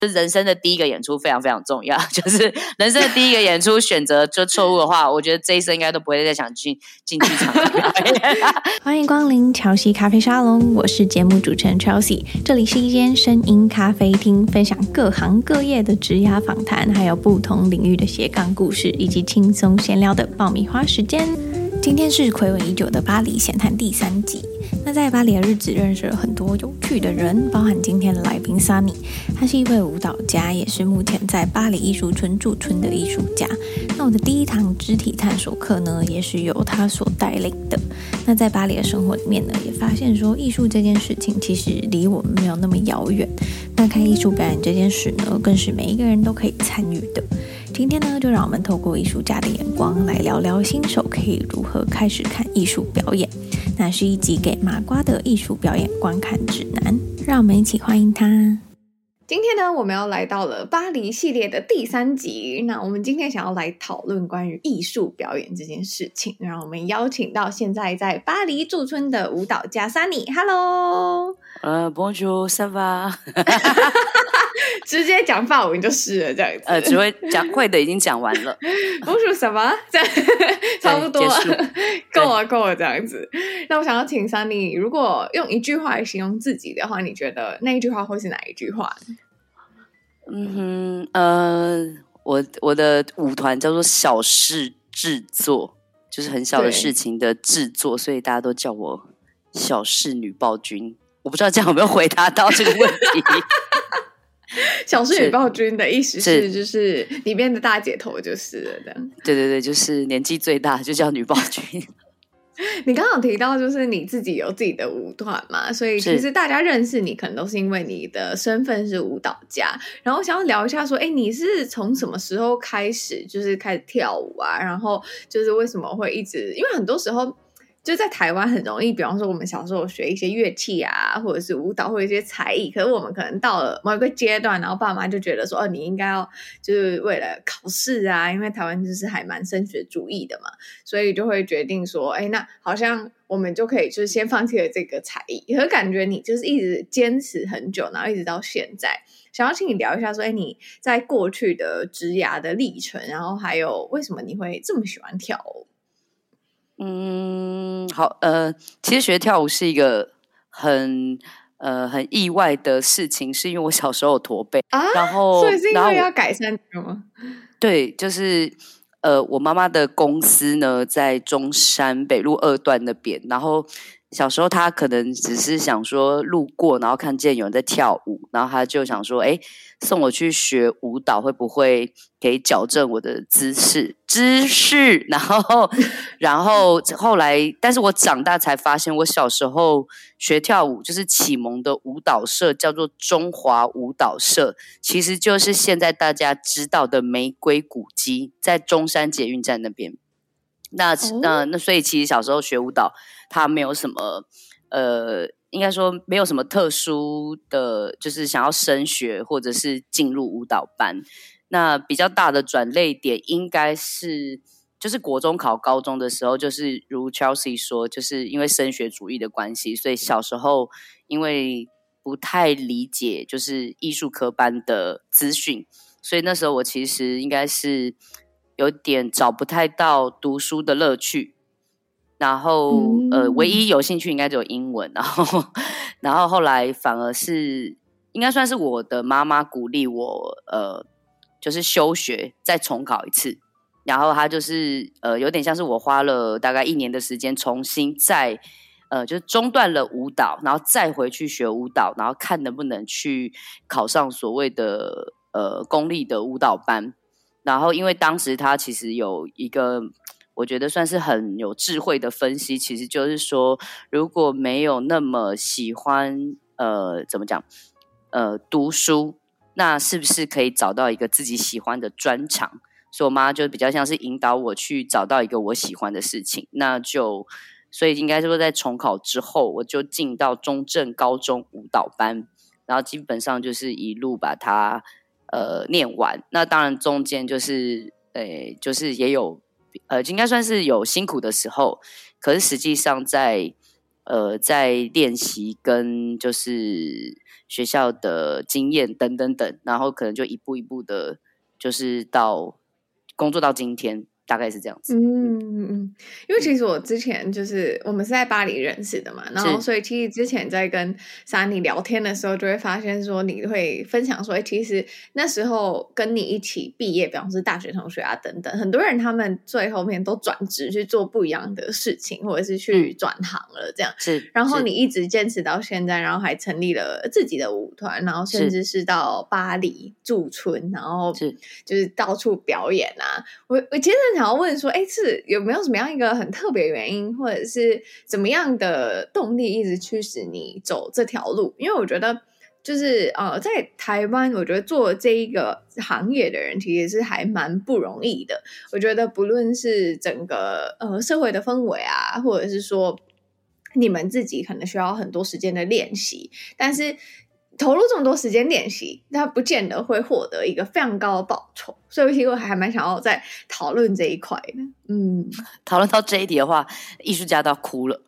就是人生的第一个演出非常非常重要，就是人生的第一个演出选择就错误的话，我觉得这一生应该都不会再想进剧场表演。 欢迎光临乔西咖啡沙龙，我是节目主持人 Chelsea， 这里是一间声音咖啡厅，分享各行各业的职涯访谈，还有不同领域的斜杠故事，以及轻松闲聊的爆米花时间。今天是睽违已久的巴黎闲谈第3集。那在巴黎的日子认识了很多有趣的人，包含今天的来宾 Sunny， 他是一位舞蹈家，也是目前在巴黎艺术村驻村的艺术家。那我的第一堂肢体探索课呢，也是由他所带领的。那在巴黎的生活里面呢，也发现说艺术这件事情其实离我们没有那么遥远。那看艺术表演这件事呢，更是每一个人都可以参与的。今天呢，就让我们透过艺术家的眼光来聊聊新手可以如何开始看艺术表演。那是一集给麻瓜的艺术表演观看指南，让我们一起欢迎他。今天呢，我们要来到了巴黎系列的第3集。那我们今天想要来讨论关于艺术表演这件事情，让我们邀请到现在在巴黎驻村的舞蹈家 Sunny。Hello， Bonjour， ça va？ 直接讲法文就是了，这样子。 只会讲会的已经讲完了。 Bonjour， ça va？ 这样差不多，够了，这样子。那我想要请 Sunny， 如果用一句话来形容自己的话，你觉得那一句话会是哪一句话？ 我的舞团叫做小事制作，就是很小的事情的制作，所以大家都叫我小事女暴君。我不知道这样有没有回答到这个问题。 小事女暴君的意思是就是里面的大姐头就是了，这样。 对，就是年纪最大就叫女暴君。 你刚刚有提到就是你自己有自己的舞团嘛，所以其实大家认识你可能都是因为你的身份是舞蹈家。然后想要聊一下说，你是从什么时候开始就是开始跳舞啊？然后就是为什么会一直，因为很多时候就在台湾很容易，比方说我们小时候学一些乐器啊，或者是舞蹈或者一些才艺，可是我们可能到了某一个阶段，然后爸妈就觉得说，你应该要就是为了考试啊，因为台湾就是还蛮升学主义的嘛，所以就会决定说，那好像我们就可以就是先放弃了这个才艺。可是感觉你就是一直坚持很久，然后一直到现在。想要请你聊一下说，你在过去的职涯的历程，然后还有为什么你会这么喜欢跳舞？ 好，其实学跳舞是一个很意外的事情，是因为我小时候有驼背啊，然后所以是因为要改善吗？ 对，就是我妈妈的公司呢在中山北路2段那边，然后小时候她可能只是想说路过，然后看见有人在跳舞，然后她就想说，送我去学舞蹈会不会可以矫正我的姿势？然后后来，但是我长大才发现，我小时候学跳舞就是启蒙的舞蹈社叫做中华舞蹈社，其实就是现在大家知道的玫瑰古迹，在中山捷运站那边。那所以其实小时候学舞蹈，它没有什么应该说没有什么特殊的，就是想要升学或者是进入舞蹈班。那比较大的转捩点应该是就是国中考高中的时候，就是如 Chelsea 说，就是因为升学主义的关系，所以小时候因为不太理解就是艺术科班的资讯，所以那时候我其实应该是有点找不太到读书的乐趣。然后唯一有兴趣应该只有英文，然后后来反而是应该算是我的妈妈鼓励我就是休学再重考一次，然后他就是有点像是我花了大概1年的时间重新再就是中断了舞蹈，然后再回去学舞蹈，然后看能不能去考上所谓的公立的舞蹈班。然后因为当时他其实有一个我觉得算是很有智慧的分析，其实就是说如果没有那么喜欢怎么讲读书，那是不是可以找到一个自己喜欢的专长？所以我妈就比较像是引导我去找到一个我喜欢的事情，所以应该说在重考之后，我就进到中正高中舞蹈班，然后基本上就是一路把它念完。那当然中间就是也有应该算是有辛苦的时候，可是实际上在练习跟就是学校的经验等等等，然后可能就一步一步的，就是到工作到今天。大概是这样子。 因为其实我之前就是我们是在巴黎认识的嘛，然后所以其实之前在跟Sunny聊天的时候，就会发现说你会分享说，其实那时候跟你一起毕业，比方是大学同学啊等等，很多人他们最后面都转职去做不一样的事情，或者是去转行了这样。然后你一直坚持到现在，然后还成立了自己的舞团，然后甚至是到巴黎驻村，然后就是到处表演啊。我其实想要问说，是有没有什么样一个很特别的原因，或者是怎么样的动力一直驱使你走这条路？因为我觉得就是在台湾，我觉得做这一个行业的人其实是还蛮不容易的。我觉得不论是整个社会的氛围啊，或者是说你们自己可能需要很多时间的练习，但是投入这么多时间练习，他不见得会获得一个非常高的报酬，所以其实我还蛮想要再讨论这一块的。 讨论到这一题的话，艺术家都要哭了。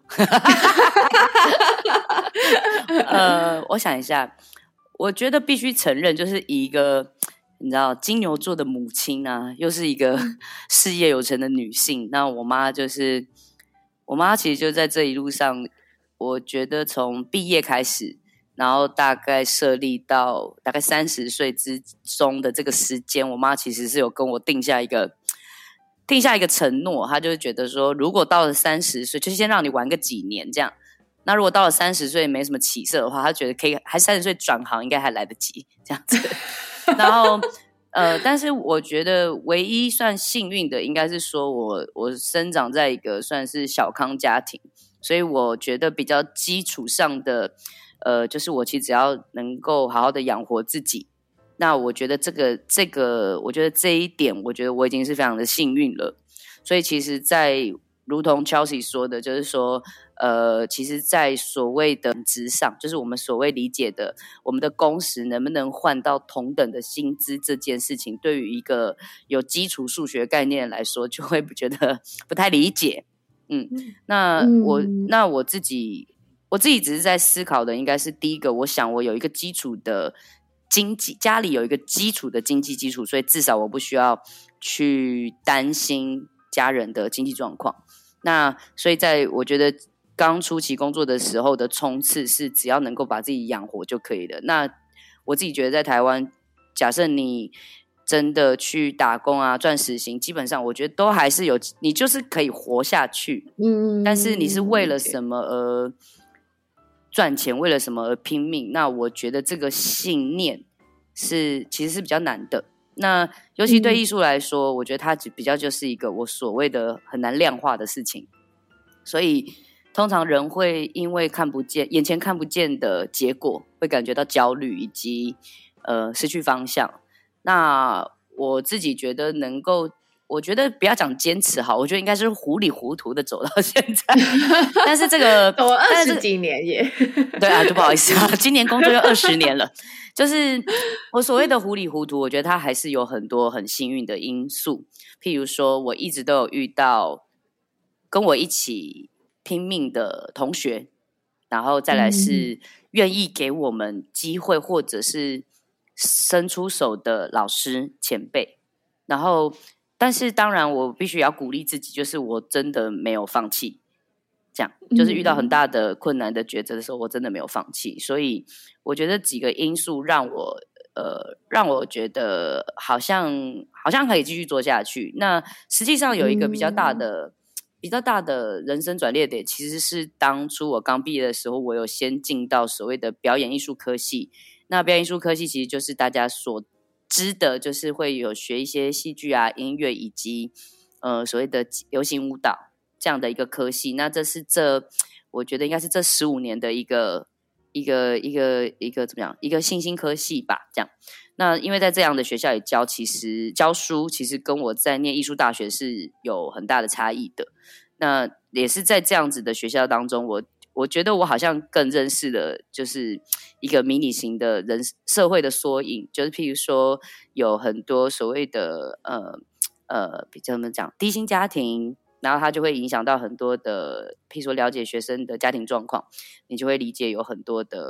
我想一下，我觉得必须承认，就是以一个你知道金牛座的母亲啊，又是一个事业有成的女性，那我妈其实就在这一路上，我觉得从毕业开始。然后大概设立到大概30岁之中的这个时间，我妈其实是有跟我定下一个承诺，她就是觉得说，如果到了30岁，就先让你玩个几年这样。那如果到了30岁没什么起色的话，她觉得可以，还30岁转行应该还来得及这样子。然后但是我觉得唯一算幸运的，应该是说我生长在一个算是小康家庭，所以我觉得比较基础上的。就是我其实只要能够好好的养活自己，那我觉得我觉得这一点，我觉得我已经是非常的幸运了。所以其实在如同 Chelsea 说的，就是说其实在所谓的职上，就是我们所谓理解的我们的工时能不能换到同等的薪资这件事情，对于一个有基础数学概念来说，就会觉得不太理解。那我自己只是在思考的，应该是第一个，我想我有一个基础的经济，家里有一个基础的经济基础，所以至少我不需要去担心家人的经济状况。那所以在我觉得刚初期工作的时候的冲刺是只要能够把自己养活就可以了。那我自己觉得在台湾，假设你真的去打工啊赚时薪，基本上我觉得都还是有，你就是可以活下去。但是你是为了什么而赚钱，为了什么而拼命？那我觉得这个信念其实是比较难的。那尤其对艺术来说，我觉得它比较就是一个我所谓的很难量化的事情。所以通常人会因为眼前看不见的结果，会感觉到焦虑以及失去方向。那我自己觉得我觉得不要讲坚持好，我觉得应该是糊里糊涂的走到现在。但是这个走了20几年耶。 对啊，就不好意思啊，今年工作就20年了。就是我所谓的糊里糊涂，我觉得它还是有很多很幸运的因素。譬如说，我一直都有遇到跟我一起拼命的同学，然后再来是愿意给我们机会或者是伸出手的老师前辈。然后但是当然我必须要鼓励自己，就是我真的没有放弃，这样就是遇到很大的困难的抉择的时候，我真的没有放弃。所以我觉得几个因素让我觉得好像可以继续做下去。那实际上有一个比较大的人生转捩点，其实是当初我刚毕业的时候，我有先进到所谓的表演艺术科系。那表演艺术科系其实就是大家所知的，就是会有学一些戏剧啊、音乐以及所谓的流行舞蹈这样的一个科系。那我觉得应该是这15年的一个怎么样，一个新兴科系吧，这样。那因为在这样的学校里教书，其实跟我在念艺术大学是有很大的差异的。那也是在这样子的学校当中，我觉得我好像更认识了，就是一个迷你型的社会的缩影，就是譬如说有很多所谓的比较怎么讲低薪家庭，然后它就会影响到很多的，譬如说了解学生的家庭状况，你就会理解有很多的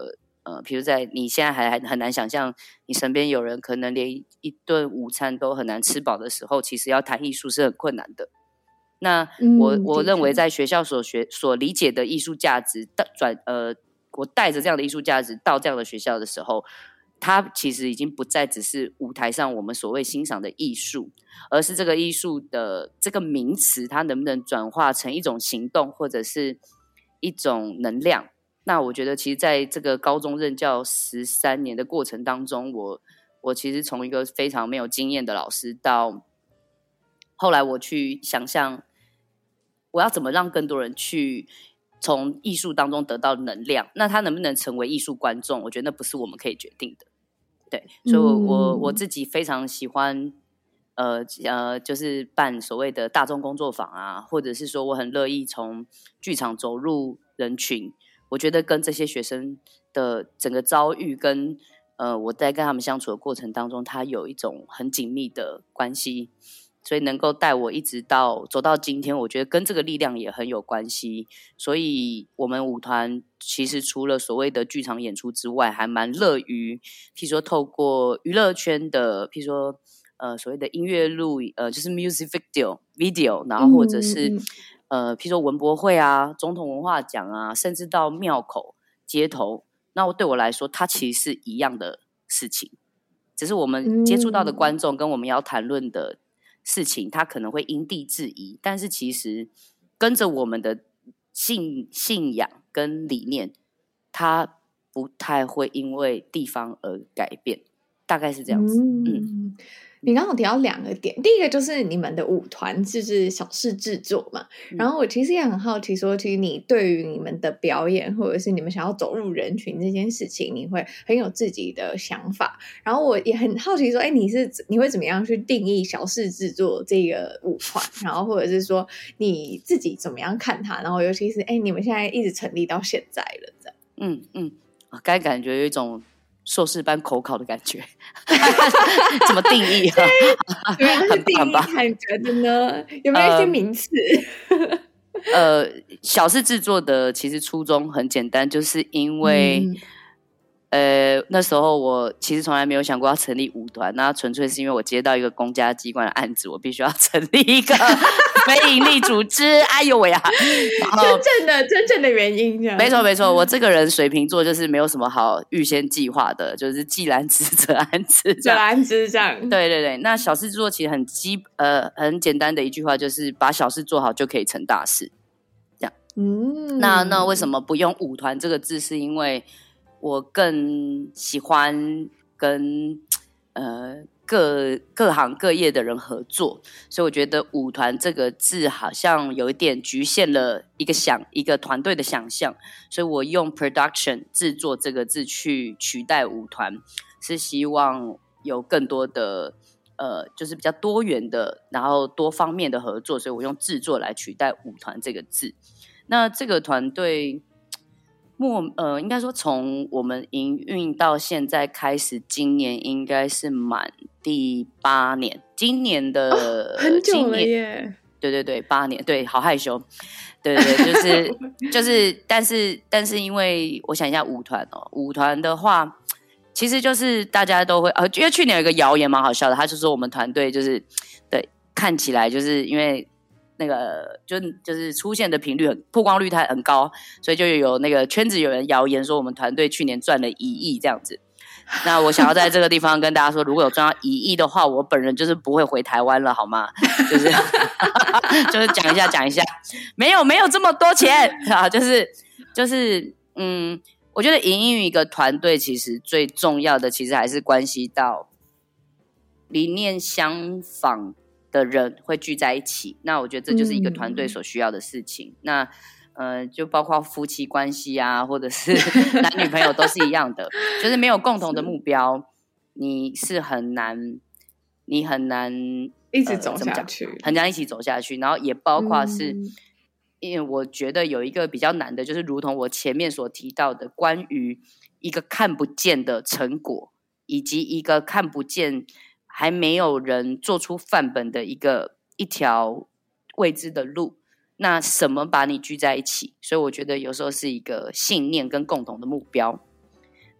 比如在你现在还很难想象，你身边有人可能连一顿午餐都很难吃饱的时候，其实要谈艺术是很困难的。那我认为在学校所理解的艺术价值，我带着这样的艺术价值到这样的学校的时候，它其实已经不再只是舞台上我们所谓欣赏的艺术，而是这个艺术的这个名词，它能不能转化成一种行动或者是一种能量。那我觉得其实在这个高中任教13年的过程当中，我其实从一个非常没有经验的老师，到后来我去想象我要怎么让更多人去从艺术当中得到能量，那他能不能成为艺术观众，我觉得那不是我们可以决定的。对，所以我自己非常喜欢就是办所谓的大众工作坊啊，或者是说我很乐意从剧场走入人群，我觉得跟这些学生的整个遭遇跟我在跟他们相处的过程当中，它有一种很紧密的关系，所以能够带我一直走到今天，我觉得跟这个力量也很有关系。所以我们舞团其实除了所谓的剧场演出之外，还蛮乐于譬如说透过娱乐圈的譬如说所谓的音乐录就是 music video， 然后或者是譬如说文博会啊、总统文化奖啊，甚至到庙口街头，那对我来说它其实是一样的事情，只是我们接触到的观众跟我们要谈论的事情，它可能会因地制宜，但是其实跟着我们的信仰跟理念，它不太会因为地方而改变，大概是这样子。 你刚好提到2个点，第一个就是你们的舞团就是小事制作嘛，然后我其实也很好奇说，其实你对于你们的表演或者是你们想要走入人群这件事情，你会很有自己的想法，然后我也很好奇说，你会怎么样去定义小事制作这个舞团，然后或者是说你自己怎么样看它，然后尤其是你们现在一直成立到现在了这样。 该感觉有一种硕士班口考的感觉怎么定义啊？ 很棒吧？你觉得呢？有没有一些名词？ 小事制作的其实初衷很简单，就是因为那时候我其实从来没有想过要成立舞团，那纯粹是因为我接到一个公家机关的案子，我必须要成立一个非营利组织。哎呦喂啊！ 真正的原因这样。 没错，我这个人水瓶座就是没有什么好预先计划的，就是既来之则安之这样。对，那小事制作其实很简单的一句话，就是把小事做好就可以成大事。这样。那为什么不用舞团这个字？是因为我更喜欢跟各行各业的人合作，所以我觉得舞团这个字好像有一点局限了一个团队的想象，所以我用 production 制作这个字去取代舞团，是希望有更多的就是比较多元的，然后多方面的合作，所以我用制作来取代舞团这个字。那这个团队应该说从我们营运到现在开始，今年应该是满第8年，今年的很久了耶。 对，8年，对，好害羞。对，就是，但是因为我想一下舞团的话，其实就是大家都会因为去年有一个谣言蛮好笑的，他就说我们团队就是对看起来就是因为那个就是出现的频率曝光率很高，所以就有那个圈子有人谣言说我们团队去年赚了1亿这样子。那我想要在这个地方跟大家说，如果有赚到1亿的话，我本人就是不会回台湾了，好吗？就是就是讲一下，没有这么多钱啊，就是我觉得营运一个团队，其实最重要的其实还是关系到理念相仿的人会聚在一起，那我觉得这就是一个团队所需要的事情。那就包括夫妻关系啊，或者是男女朋友都是一样的，就是没有共同的目标，你很难一直走下去， 很难一起走下去。然后也包括是，因为我觉得有一个比较难的，就是如同我前面所提到的，关于一个看不见的成果，以及一个看不见还没有人做出范本的一条未知的路，那什么把你聚在一起？所以我觉得有时候是一个信念跟共同的目标。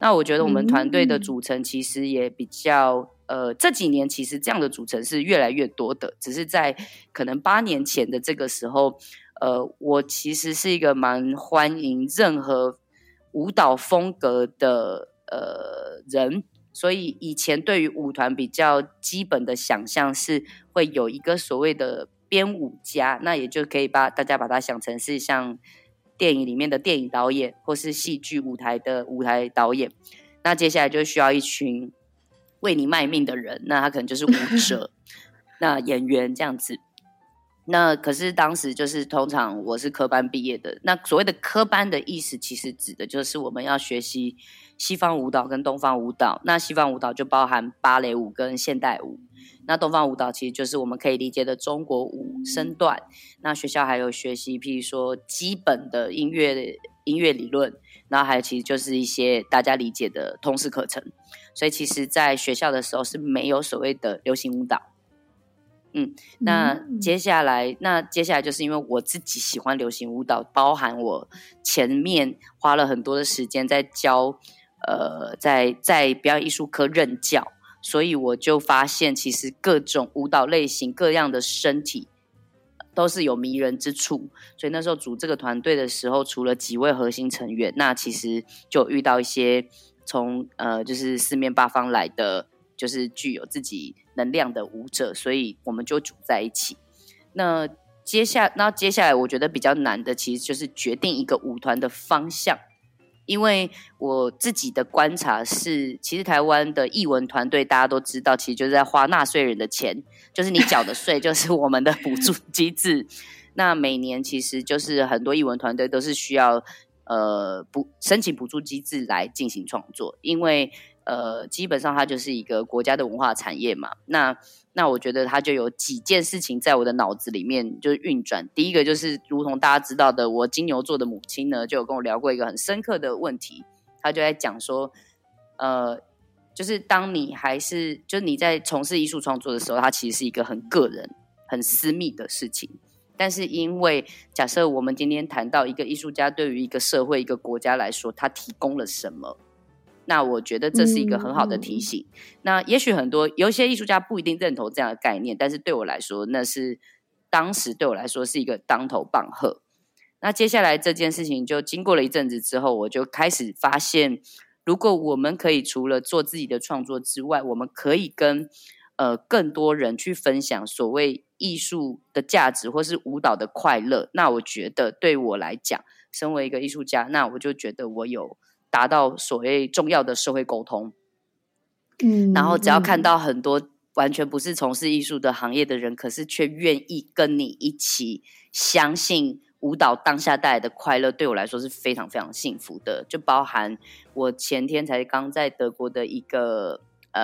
那我觉得我们团队的组成其实也比较这几年其实这样的组成是越来越多的，只是在可能8年前的这个时候，我其实是一个蛮欢迎任何舞蹈风格的人，所以以前对于舞团比较基本的想象是会有一个所谓的编舞家，那也就可以大家把它想成是像电影里面的电影导演，或是戏剧舞台的舞台导演。那接下来就需要一群为你卖命的人，那他可能就是舞者那演员这样子。那可是当时就是通常我是科班毕业的，那所谓的科班的意思其实指的就是我们要学习西方舞蹈跟东方舞蹈，那西方舞蹈就包含芭蕾舞跟现代舞，那东方舞蹈其实就是我们可以理解的中国舞身段。那学校还有学习譬如说基本的音乐理论，然后还有其实就是一些大家理解的通识课程，所以其实在学校的时候是没有所谓的流行舞蹈。那接下来就是因为我自己喜欢流行舞蹈，包含我前面花了很多的时间在教在表演艺术科任教，所以我就发现其实各种舞蹈类型各样的身体都是有迷人之处，所以那时候组这个团队的时候，除了几位核心成员，那其实就遇到一些从就是四面八方来的，就是具有自己能量的舞者，所以我们就组在一起。那接下来我觉得比较难的其实就是决定一个舞团的方向，因为我自己的观察是，其实台湾的艺文团队大家都知道，其实就是在花纳税人的钱，就是你缴的税就是我们的补助机制。那每年其实就是很多艺文团队都是需要申请补助机制来进行创作，因为基本上它就是一个国家的文化产业嘛。那我觉得它就有几件事情在我的脑子里面就是运转。第一个就是如同大家知道的，我金牛座的母亲呢就有跟我聊过一个很深刻的问题，她就在讲说就是当你就是你在从事艺术创作的时候，它其实是一个很个人很私密的事情，但是因为假设我们今天谈到一个艺术家对于一个社会一个国家来说他提供了什么，那我觉得这是一个很好的提醒。那也许有一些艺术家不一定认同这样的概念，但是对我来说那是当时对我来说是一个当头棒喝。那接下来这件事情就经过了一阵子之后，我就开始发现，如果我们可以除了做自己的创作之外，我们可以跟更多人去分享所谓艺术的价值或是舞蹈的快乐，那我觉得对我来讲，身为一个艺术家，那我就觉得我有达到所谓重要的社会沟通。然后只要看到很多完全不是从事艺术的行业的人，可是却愿意跟你一起相信舞蹈当下带来的快乐，对我来说是非常非常幸福的。就包含我前天才刚在德国的一个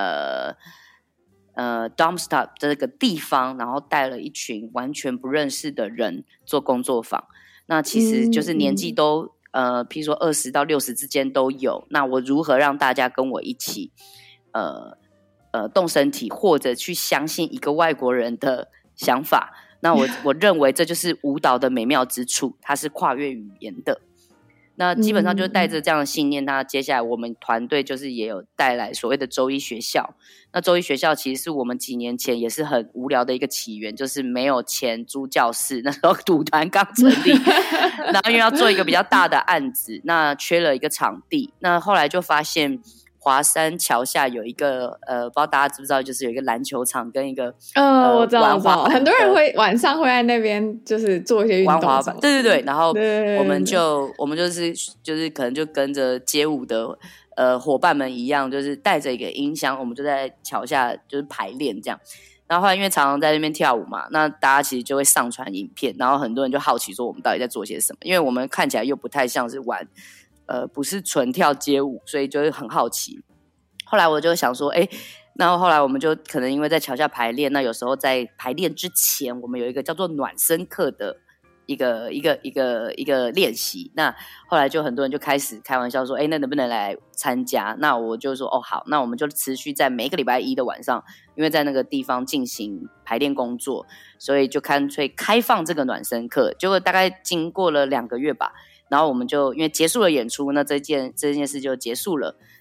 Darmstadt 这个地方，然后带了一群完全不认识的人做工作坊。那其实就是年纪都譬如说20到60之间都有。那我如何让大家跟我一起动身体，或者去相信一个外国人的想法？那我认为这就是舞蹈的美妙之处，它是跨越语言的。那基本上就带着这样的信念，那接下来我们团队就是也有带来所谓的周一学校。那周一学校其实是我们几年前也是很无聊的一个起源，就是没有钱租教室，那时候舞团刚成立然后因为要做一个比较大的案子，那缺了一个场地，那后来就发现华山桥下有一个不知道大家知不知道，就是有一一个篮球场跟一个我知道很多人会晚上会在那边就是做一些运动玩滑板， 对，然后我们就是可能就跟着街舞的伙伴们一样，就是带着一个音箱，我们就在桥下就是排练这样。然后后来因为常常在那边跳舞嘛，那大家其实就会上传影片，然后很多人就好奇说我们到底在做些什么，因为我们看起来又不太像是玩不是纯跳街舞，所以就会很好奇。后来我就想说然后后来我们就可能因为在桥下排练，那有时候在排练之前我们有一个叫做暖身课的一个练习，那后来就很多人就开始开玩笑说那能不能来参加？那我就说好，那我们就持续在每个礼拜一的晚上，因为在那个地方进行排练工作，所以就干脆开放这个暖身课。结果大概经过了2个月吧，然后我们就因为结束了演出，那这件事就结束了。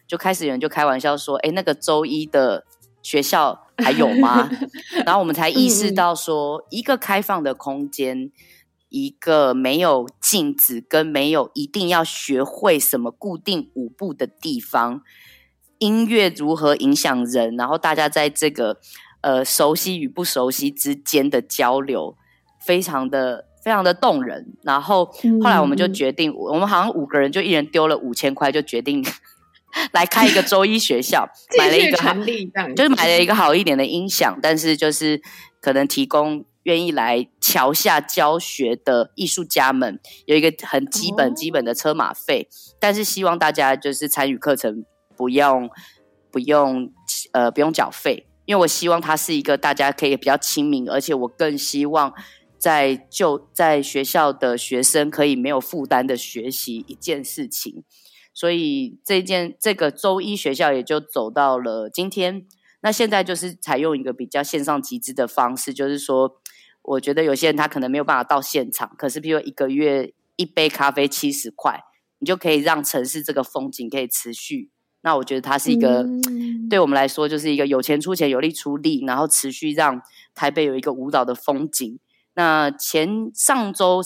就开始有人就开玩笑说，那个周一的学校还有吗？然后我们才意识到说，一个开放的空间，一个没有镜子跟没有一定要学会什么固定舞步的地方，音乐如何影响人，然后大家在这个熟悉与不熟悉之间的交流，非常的动人。然后后来我们就决定，我们好像5个人就一人丢了5000块，就决定来开一个周一学校，买了一个就是买了一个好一点的音响，但是就是可能提供愿意来桥下教学的艺术家们有一个很基本的车马费，但是希望大家就是参与课程不用缴费，因为我希望它是一个大家可以比较亲民，而且我更希望在学校的学生可以没有负担的学习一件事情。所以这个周一学校也就走到了今天。那现在就是采用一个比较线上集资的方式，就是说我觉得有些人他可能没有办法到现场，可是譬如1个月一杯咖啡70块，你就可以让城市这个风景可以持续。那我觉得它是一个对我们来说就是一个有钱出钱有力出力，然后持续让台北有一个舞蹈的风景。那上周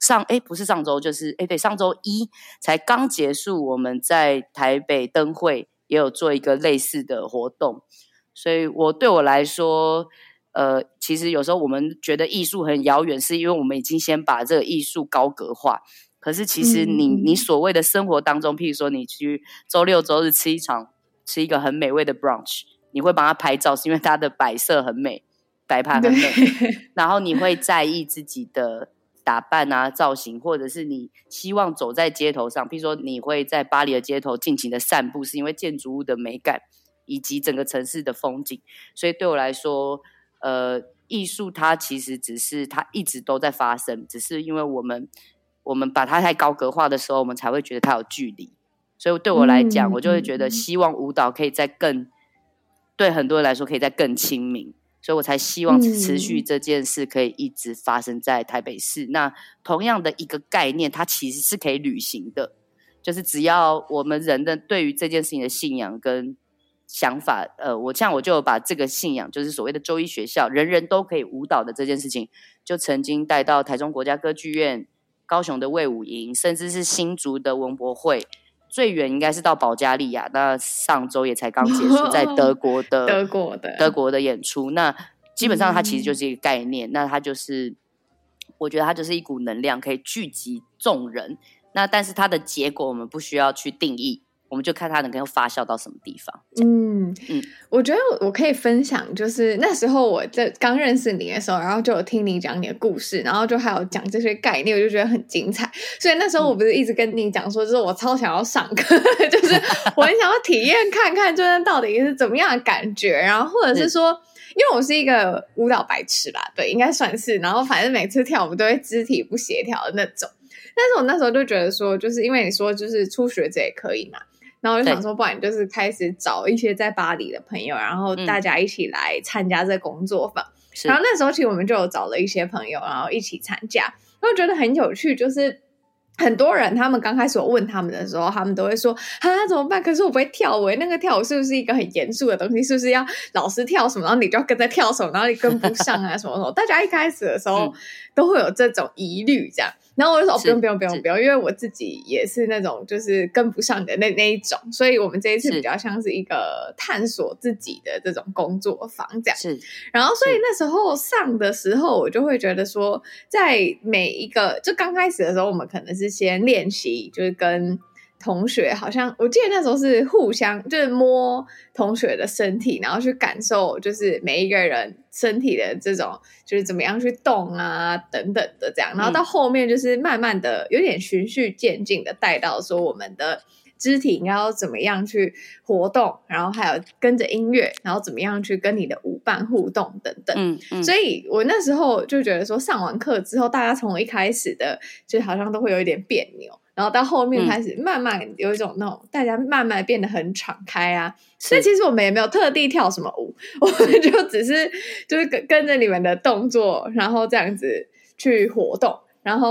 一才刚结束，我们在台北灯会也有做一个类似的活动。所以对我来说其实有时候我们觉得艺术很遥远，是因为我们已经先把这个艺术高格化。可是其实你所谓的生活当中，譬如说你去周六周日吃一个很美味的 brunch， 你会帮他拍照，是因为它的摆设很美，摆盘很美，然后你会在意自己的打扮啊、造型，或者是你希望走在街头上，譬如说你会在巴黎的街头尽情的散步，是因为建筑物的美感以及整个城市的风景。所以对我来说艺术它其实只是它一直都在发生，只是因为我们把它太高格化的时候，我们才会觉得它有距离。所以对我来讲我就会觉得希望舞蹈可以对很多人来说可以再更亲民，所以我才希望持续这件事可以一直发生在台北市。那同样的一个概念，它其实是可以履行的，就是只要我们人的对于这件事情的信仰跟想法我就有把这个信仰，就是所谓的周一学校人人都可以舞蹈的这件事情，就曾经带到台中国家歌剧院、高雄的卫武营，甚至是新竹的文博会，最远应该是到保加利亚。那上周也才刚结束在德国的演出。那基本上它其实就是一个概念，那它就是我觉得它就是一股能量，可以聚集众人。那但是它的结果我们不需要去定义，我们就看它能够发酵到什么地方。 我觉得我可以分享，就是那时候我在刚认识你的时候，然后就有听你讲你的故事，然后就还有讲这些概念，我就觉得很精彩。所以那时候我不是一直跟你讲说，就是我超想要上课就是我很想要体验看看就是到底是怎么样的感觉，然后或者是说因为我是一个舞蹈白痴吧，对，应该算是，然后反正每次跳舞都会肢体不协调的那种。但是我那时候就觉得说，就是因为你说就是初学者也可以嘛，然后我就想说不然就是开始找一些在巴黎的朋友，然后大家一起来参加这个工作坊。然后那时候其实我们就有找了一些朋友，然后一起参加，我觉得很有趣。就是很多人他们刚开始我问他们的时候，他们都会说怎么办，可是我不会跳舞，那个跳舞是不是一个很严肃的东西，是不是要老师跳什么然后你就要跟着跳什么，然后你跟不上啊什么什么大家一开始的时候都会有这种疑虑这样。然后我就说不用，因为我自己也是那种就是跟不上的那一种，所以我们这一次比较像是一个探索自己的这种工作坊这样。是，然后所以那时候上的时候，我就会觉得说，在每一个就刚开始的时候，我们可能是先练习，就是跟同学好像我记得那时候是互相就是摸同学的身体，然后去感受就是每一个人身体的这种就是怎么样去动啊等等的这样，然后到后面就是慢慢的有点循序渐进的带到说我们的肢体应该要怎么样去活动，然后还有跟着音乐，然后怎么样去跟你的舞伴互动等等。所以我那时候就觉得说上完课之后，大家从一开始的就好像都会有一点别扭，然后到后面开始慢慢有一种那种大家慢慢变得很敞开啊。所以其实我们也没有特地跳什么舞，我们就只是就是跟着你们的动作，然后这样子去活动。然后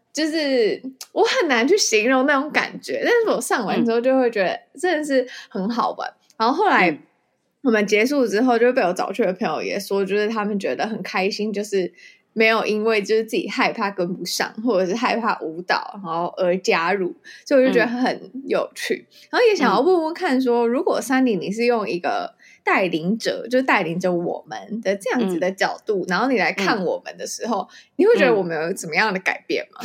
就是我很难去形容那种感觉，但是我上完之后就会觉得真的是很好玩。然后后来我们结束之后，就被我找去的朋友也说，就是他们觉得很开心，就是没有因为就是自己害怕跟不上，或者是害怕舞蹈，然后而加入，所以我就觉得很有趣。然后也想要问问看说，如果Sandy你是用一个带领者，就是带领着我们的这样子的角度，然后你来看我们的时候，你会觉得我们有怎么样的改变吗？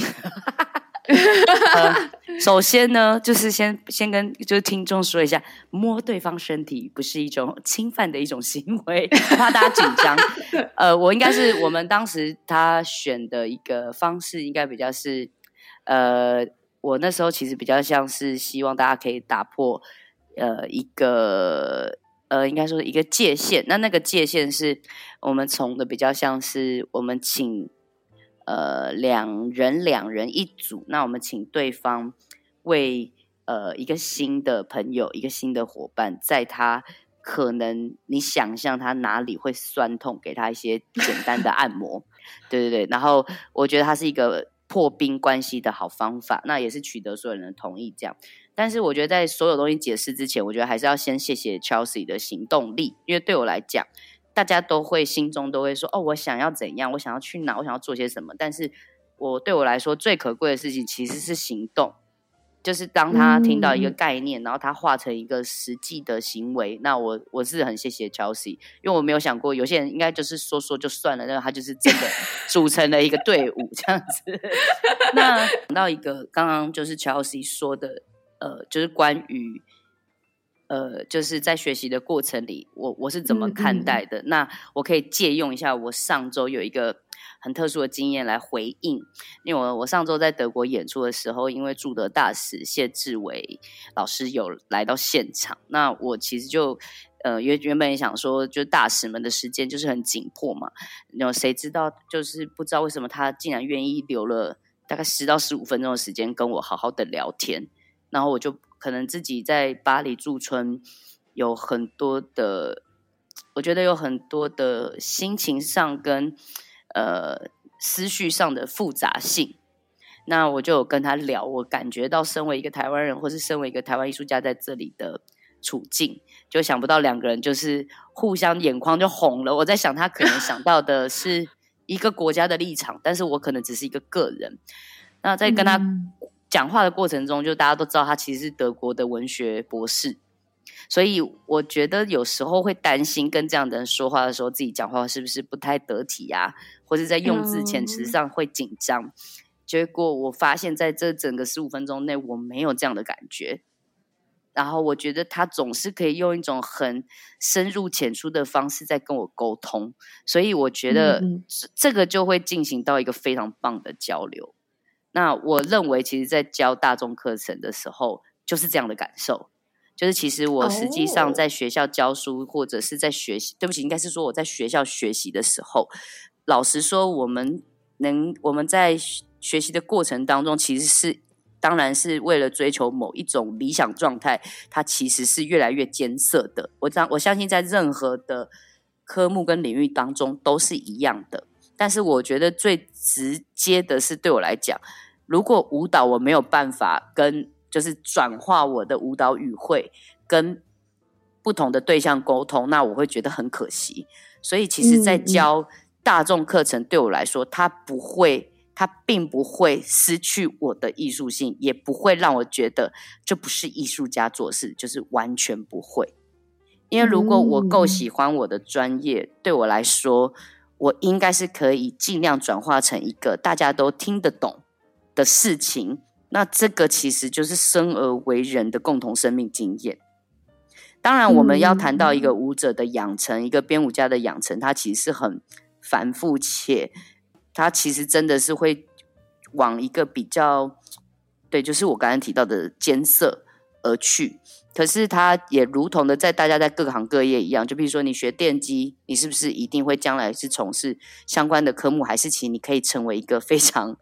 首先呢，就是先跟就是听众说一下，摸对方身体不是一种侵犯的一种行为，怕大家紧张。我应该是我们当时他选的一个方式，应该比较是我那时候其实比较像是希望大家可以打破一个应该说一个界限。那个界限是我们从的比较像是我们请两人一组，那我们请对方为一个新的朋友，一个新的伙伴，在他可能你想象他哪里会酸痛，给他一些简单的按摩。对对对，然后我觉得它是一个破冰关系的好方法，那也是取得所有人的同意这样。但是我觉得在所有东西解释之前，我觉得还是要先谢谢 Chelsea 的行动力，因为对我来讲，大家都会心中都会说，哦，我想要怎样，我想要去哪，我想要做些什么。但是对我来说最可贵的事情其实是行动，就是当他听到一个概念，然后他化成一个实际的行为。那我是很谢谢 Chelsea， 因为我没有想过有些人应该就是说就算了，那他就是真的组成了一个队伍这样子。那讲到一个刚刚就是 Chelsea 说的就是关于就是在学习的过程里我是怎么看待的。那我可以借用一下我上周有一个很特殊的经验来回应。因为我上周在德国演出的时候，因为驻德大使谢志伟老师有来到现场，那我其实就原本也想说，就大使们的时间就是很紧迫嘛，谁知道就是不知道为什么他竟然愿意留了大概10到15分钟的时间跟我好好的聊天。然后我就可能自己在巴黎驻村有很多的，我觉得有很多的心情上跟思绪上的复杂性。那我就有跟他聊，我感觉到身为一个台湾人，或是身为一个台湾艺术家在这里的处境，就想不到两个人就是互相眼眶就红了。我在想他可能想到的是一个国家的立场，但是我可能只是一个个人。那在跟他讲话的过程中，就大家都知道他其实是德国的文学博士，所以我觉得有时候会担心跟这样的人说话的时候，自己讲话是不是不太得体啊，或者在用字遣词上会紧张。结果我发现在这整个15分钟内我没有这样的感觉，然后我觉得他总是可以用一种很深入浅出的方式在跟我沟通，所以我觉得这个就会进行到一个非常棒的交流。那我认为其实在教大众课程的时候就是这样的感受，就是其实我实际上在学校教书或者是在学习，对不起，应该是说我在学校学习的时候，老实说我们在学习的过程当中，其实是当然是为了追求某一种理想状态，它其实是越来越艰涩的。我相信在任何的科目跟领域当中都是一样的，但是我觉得最直接的是对我来讲，如果舞蹈我没有办法就是转化我的舞蹈语汇跟不同的对象沟通，那我会觉得很可惜。所以其实在教大众课程对我来说，它并不会失去我的艺术性，也不会让我觉得这不是艺术家做事，就是完全不会。因为如果我够喜欢我的专业，对我来说我应该是可以尽量转化成一个大家都听得懂的事情，那这个其实就是生而为人的共同生命经验。当然我们要谈到一个舞者的养成，一个编舞家的养成，它其实是很繁复，且它其实真的是会往一个比较，对，就是我刚才提到的艰涩而去。可是它也如同的在大家在各行各业一样，就比如说你学电机，你是不是一定会将来是从事相关的科目，还是其实你可以成为一个非常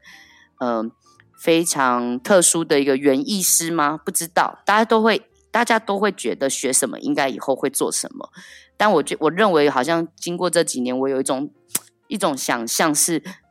特殊的一个园艺师吗？不知道，大家都会觉得学什么应该以后会做什么。但我认为好像经过这几年，我有一种想象是，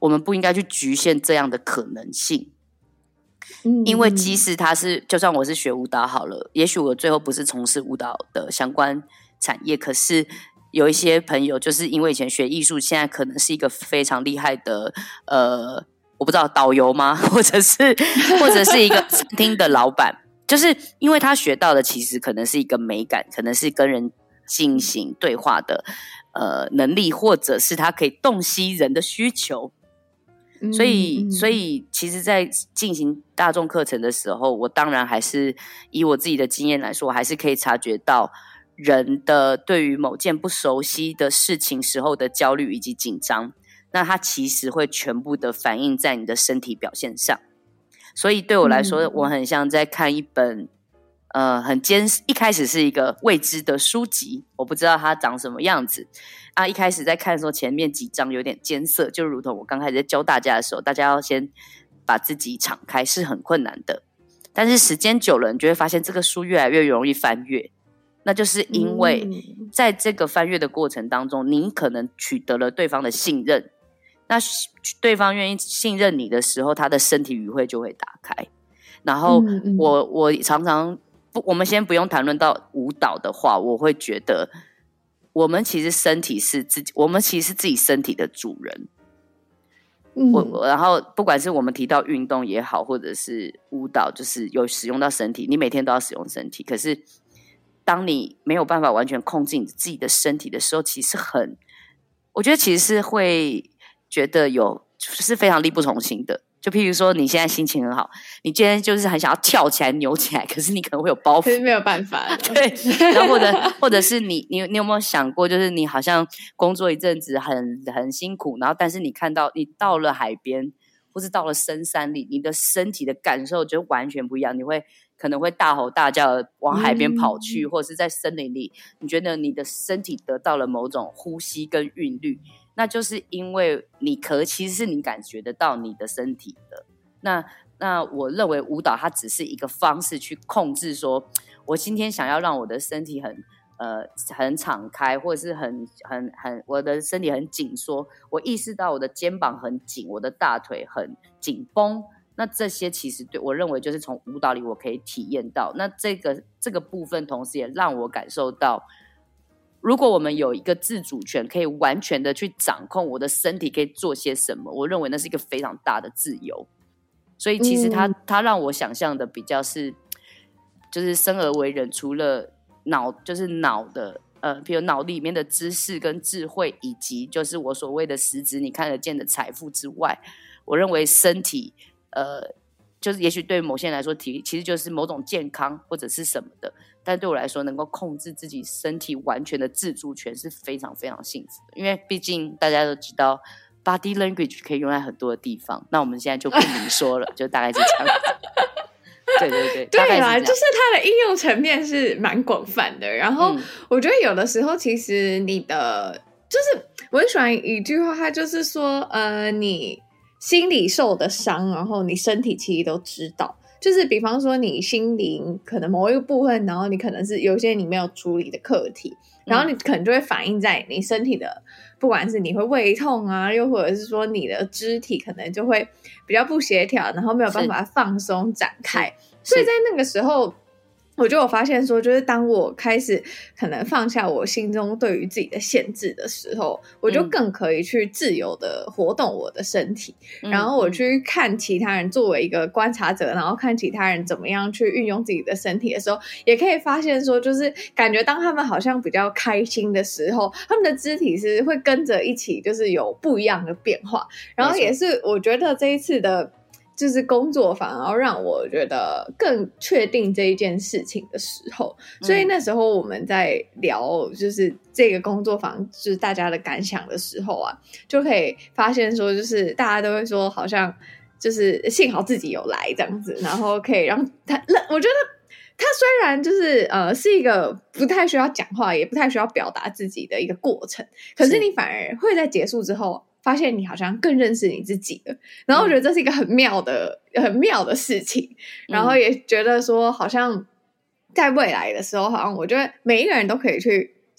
我们不应该去局限这样的可能性。因为即使他是，就算我是学舞蹈好了，也许我最后不是从事舞蹈的相关产业，可是有一些朋友就是因为以前学艺术，现在可能是一个非常厉害的我不知道导游吗？或者是一个餐厅的老板，就是因为他学到的其实可能是一个美感，可能是跟人进行对话的能力，或者是他可以洞悉人的需求。所以其实在进行大众课程的时候，我当然还是以我自己的经验来说，我还是可以察觉到人的对于某件不熟悉的事情时候的焦虑以及紧张，那它其实会全部的反映在你的身体表现上。所以对我来说，我很像在看一本一开始是一个未知的书籍，我不知道它长什么样子啊。一开始在看的时候，前面几章有点艰涩，就如同我刚开始在教大家的时候，大家要先把自己敞开是很困难的。但是时间久了，你就会发现这个书越来越容易翻阅，那就是因为在这个翻阅的过程当中，你可能取得了对方的信任。那对方愿意信任你的时候，他的身体语汇就会打开。然后我常常我们先不用谈论到舞蹈的话，我会觉得我们其实身体是我们其实是自己身体的主人。然后不管是我们提到运动也好，或者是舞蹈，就是有使用到身体，你每天都要使用身体。可是当你没有办法完全控制你自己的身体的时候，其实我觉得其实是会觉得是非常力不从心的。就譬如说你现在心情很好，你今天就是很想要跳起来扭起来，可是你可能会有包袱， 可是没有办法。 对，然后或者是你有没有想过，就是你好像工作一阵子很辛苦，然后但是你看到你到了海边或是到了深山里，你的身体的感受就完全不一样，你可能会大吼大叫的往海边跑去，或者是在森林里，你觉得你的身体得到了某种呼吸跟韵律，那就是因为其实是你感觉得到你的身体的。那我认为舞蹈它只是一个方式去控制说，我今天想要让我的身体很敞开，或者是我的身体很紧缩，我意识到我的肩膀很紧，我的大腿很紧绷，那这些其实对我认为就是从舞蹈里我可以体验到。那这个部分同时也让我感受到，如果我们有一个自主权，可以完全的去掌控我的身体可以做些什么，我认为那是一个非常大的自由。所以其实它让我想象的比较是，就是生而为人，除了就是脑的比如脑里面的知识跟智慧，以及就是我所谓的实质你看得见的财富之外，我认为身体就是也许对某些人来说其实就是某种健康或者是什么的，但对我来说能够控制自己身体完全的自主权是非常非常幸福的。因为毕竟大家都知道 body language 可以用在很多的地方，那我们现在就不明说了就大概是这样子对啦，就是它的应用层面是蛮广泛的。然后我觉得有的时候其实你的就是我很喜欢一句话，它就是说你心里受的伤，然后你身体其实都知道。就是比方说你心灵可能某一个部分，然后你可能是有些你没有处理的课题，然后你可能就会反映在你身体的，不管是你会胃痛啊，又或者是说你的肢体可能就会比较不协调，然后没有办法放松展开。所以在那个时候我就有发现说，就是当我开始可能放下我心中对于自己的限制的时候，我就更可以去自由的活动我的身体，然后我去看其他人，作为一个观察者，然后看其他人怎么样去运用自己的身体的时候，也可以发现说，就是感觉当他们好像比较开心的时候，他们的肢体是会跟着一起就是有不一样的变化。然后也是我觉得这一次的就是工作坊，然后让我觉得更确定这一件事情的时候，所以那时候我们在聊就是这个工作坊就是大家的感想的时候啊，就可以发现说，就是大家都会说好像就是幸好自己有来这样子，然后可以让他，我觉得他虽然就是是一个不太需要讲话，也不太需要表达自己的一个过程，可是你反而会在结束之后发现你好像更认识你自己了，然后我觉得这是一个很妙的事情，然后也觉得说好像在未来的时候，好像我觉得每一个人都可以去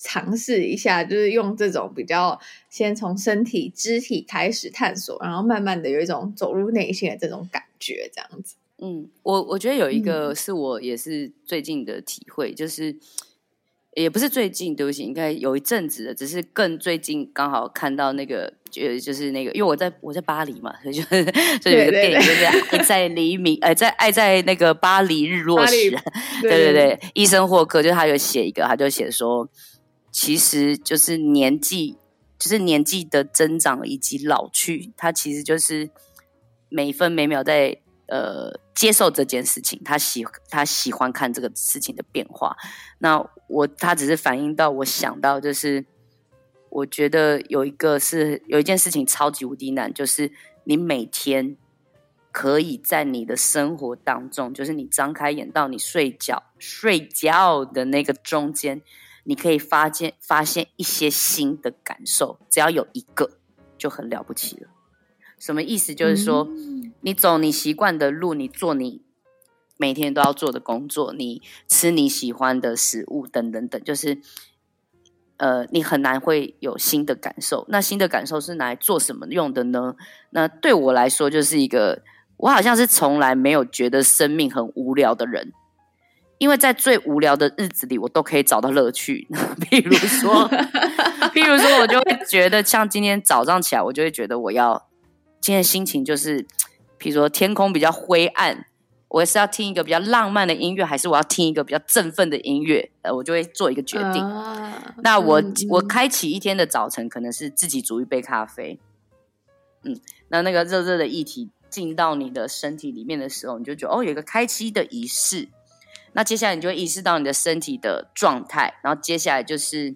尝试一下，就是用这种比较先从身体肢体开始探索，然后慢慢的有一种走入内心的这种感觉这样子。 我觉得有一个是我也是最近的体会，就是也不是最近，对不起，应该有一阵子的，只是更最近刚好看到那个就是那个，因为我在巴黎嘛，所以就有一个电影就是爱在黎明爱在那个巴黎日落时，对，医生霍克就他有写一个，他就写说其实就是年纪的增长以及老去，它其实就是每分每秒在接受这件事情，他喜欢看这个事情的变化。那他只是反映到我想到，就是我觉得有一件事情超级无敌难，就是你每天可以在你的生活当中，就是你张开眼到你睡觉的那个中间，你可以发现一些新的感受，只要有一个就很了不起了。什么意思？就是说，你走你习惯的路，你做你每天都要做的工作，你吃你喜欢的食物，等等等，就是你很难会有新的感受。那新的感受是拿来做什么用的呢？那对我来说，就是我好像是从来没有觉得生命很无聊的人，因为在最无聊的日子里，我都可以找到乐趣。譬如说，我就会觉得，像今天早上起来，我就会觉得今天的心情就是，比如说天空比较灰暗，我是要听一个比较浪漫的音乐，还是我要听一个比较振奋的音乐？我就会做一个决定。那我开启一天的早晨，可能是自己煮一杯咖啡。那个热热的液体进到你的身体里面的时候，你就觉得有一个开机的仪式。那接下来你就会意识到你的身体的状态，然后接下来就是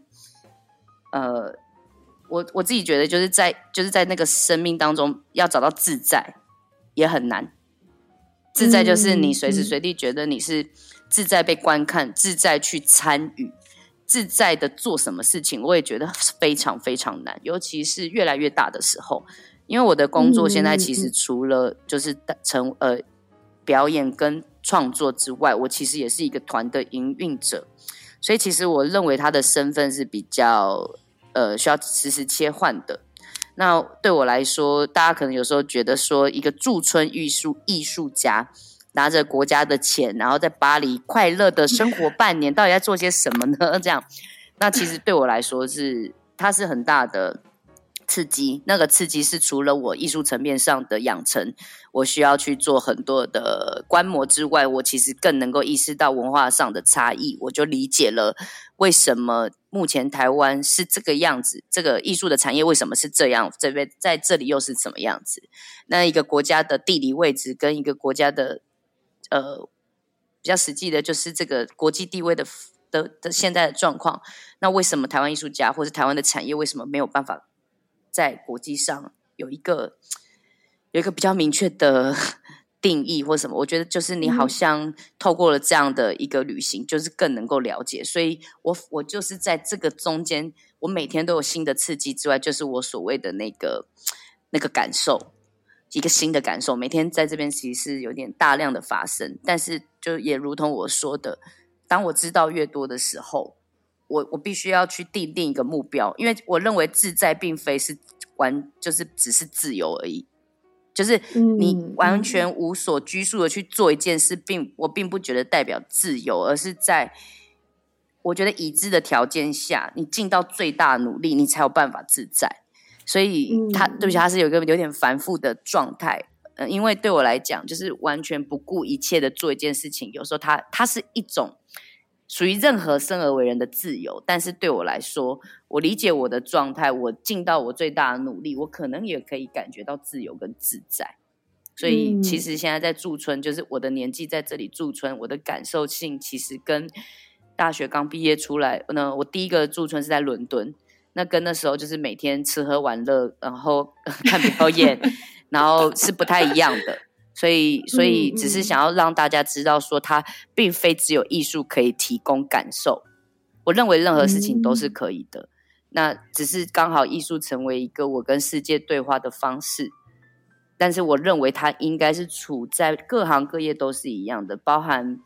我自己觉得就是在那个生命当中要找到自在也很难。自在就是你随时随地觉得你是自在被观看，自在去参与，自在的做什么事情，我也觉得非常非常难，尤其是越来越大的时候。因为我的工作现在其实除了就是表演跟创作之外，我其实也是一个团的营运者，所以其实我认为他的身份是比较需要时时切换的。那对我来说，大家可能有时候觉得说，一个驻村艺术家拿着国家的钱，然后在巴黎快乐的生活半年，到底在做些什么呢？这样，那其实对我来说它是很大的刺激。那个刺激是除了我艺术层面上的养成，我需要去做很多的观摩之外，我其实更能够意识到文化上的差异。我就理解了为什么目前台湾是这个样子，这个艺术的产业为什么是这样，在这里又是怎么样子。那一个国家的地理位置跟一个国家的比较实际的就是这个国际地位的现在的状况。那为什么台湾艺术家或是台湾的产业为什么没有办法在国际上有一个比较明确的定义或什么？我觉得就是你好像透过了这样的一个旅行，就是更能够了解。所以我就是在这个中间，我每天都有新的刺激之外，就是我所谓的那个感受，一个新的感受。每天在这边其实是有点大量的发生，但是就也如同我说的，当我知道越多的时候，我必须要去定一个目标，因为我认为自在并非是就是只是自由而已。就是你完全无所拘束的去做一件事，我并不觉得代表自由，而是在我觉得已知的条件下，你尽到最大努力，你才有办法自在。所以对不起，它是有点繁复的状态。因为对我来讲，就是完全不顾一切的做一件事情，有时候它是一种属于任何生而为人的自由，但是对我来说，我理解我的状态，我尽到我最大的努力，我可能也可以感觉到自由跟自在。所以其实现在在驻村，就是我的年纪在这里驻村，我的感受性其实跟大学刚毕业出来呢，我第一个驻村是在伦敦，那跟那时候就是每天吃喝玩乐，然后看表演然后是不太一样的。所以只是想要让大家知道说，它并非只有艺术可以提供感受，我认为任何事情都是可以的。那只是刚好艺术成为一个我跟世界对话的方式，但是我认为它应该是处在各行各业都是一样的，包含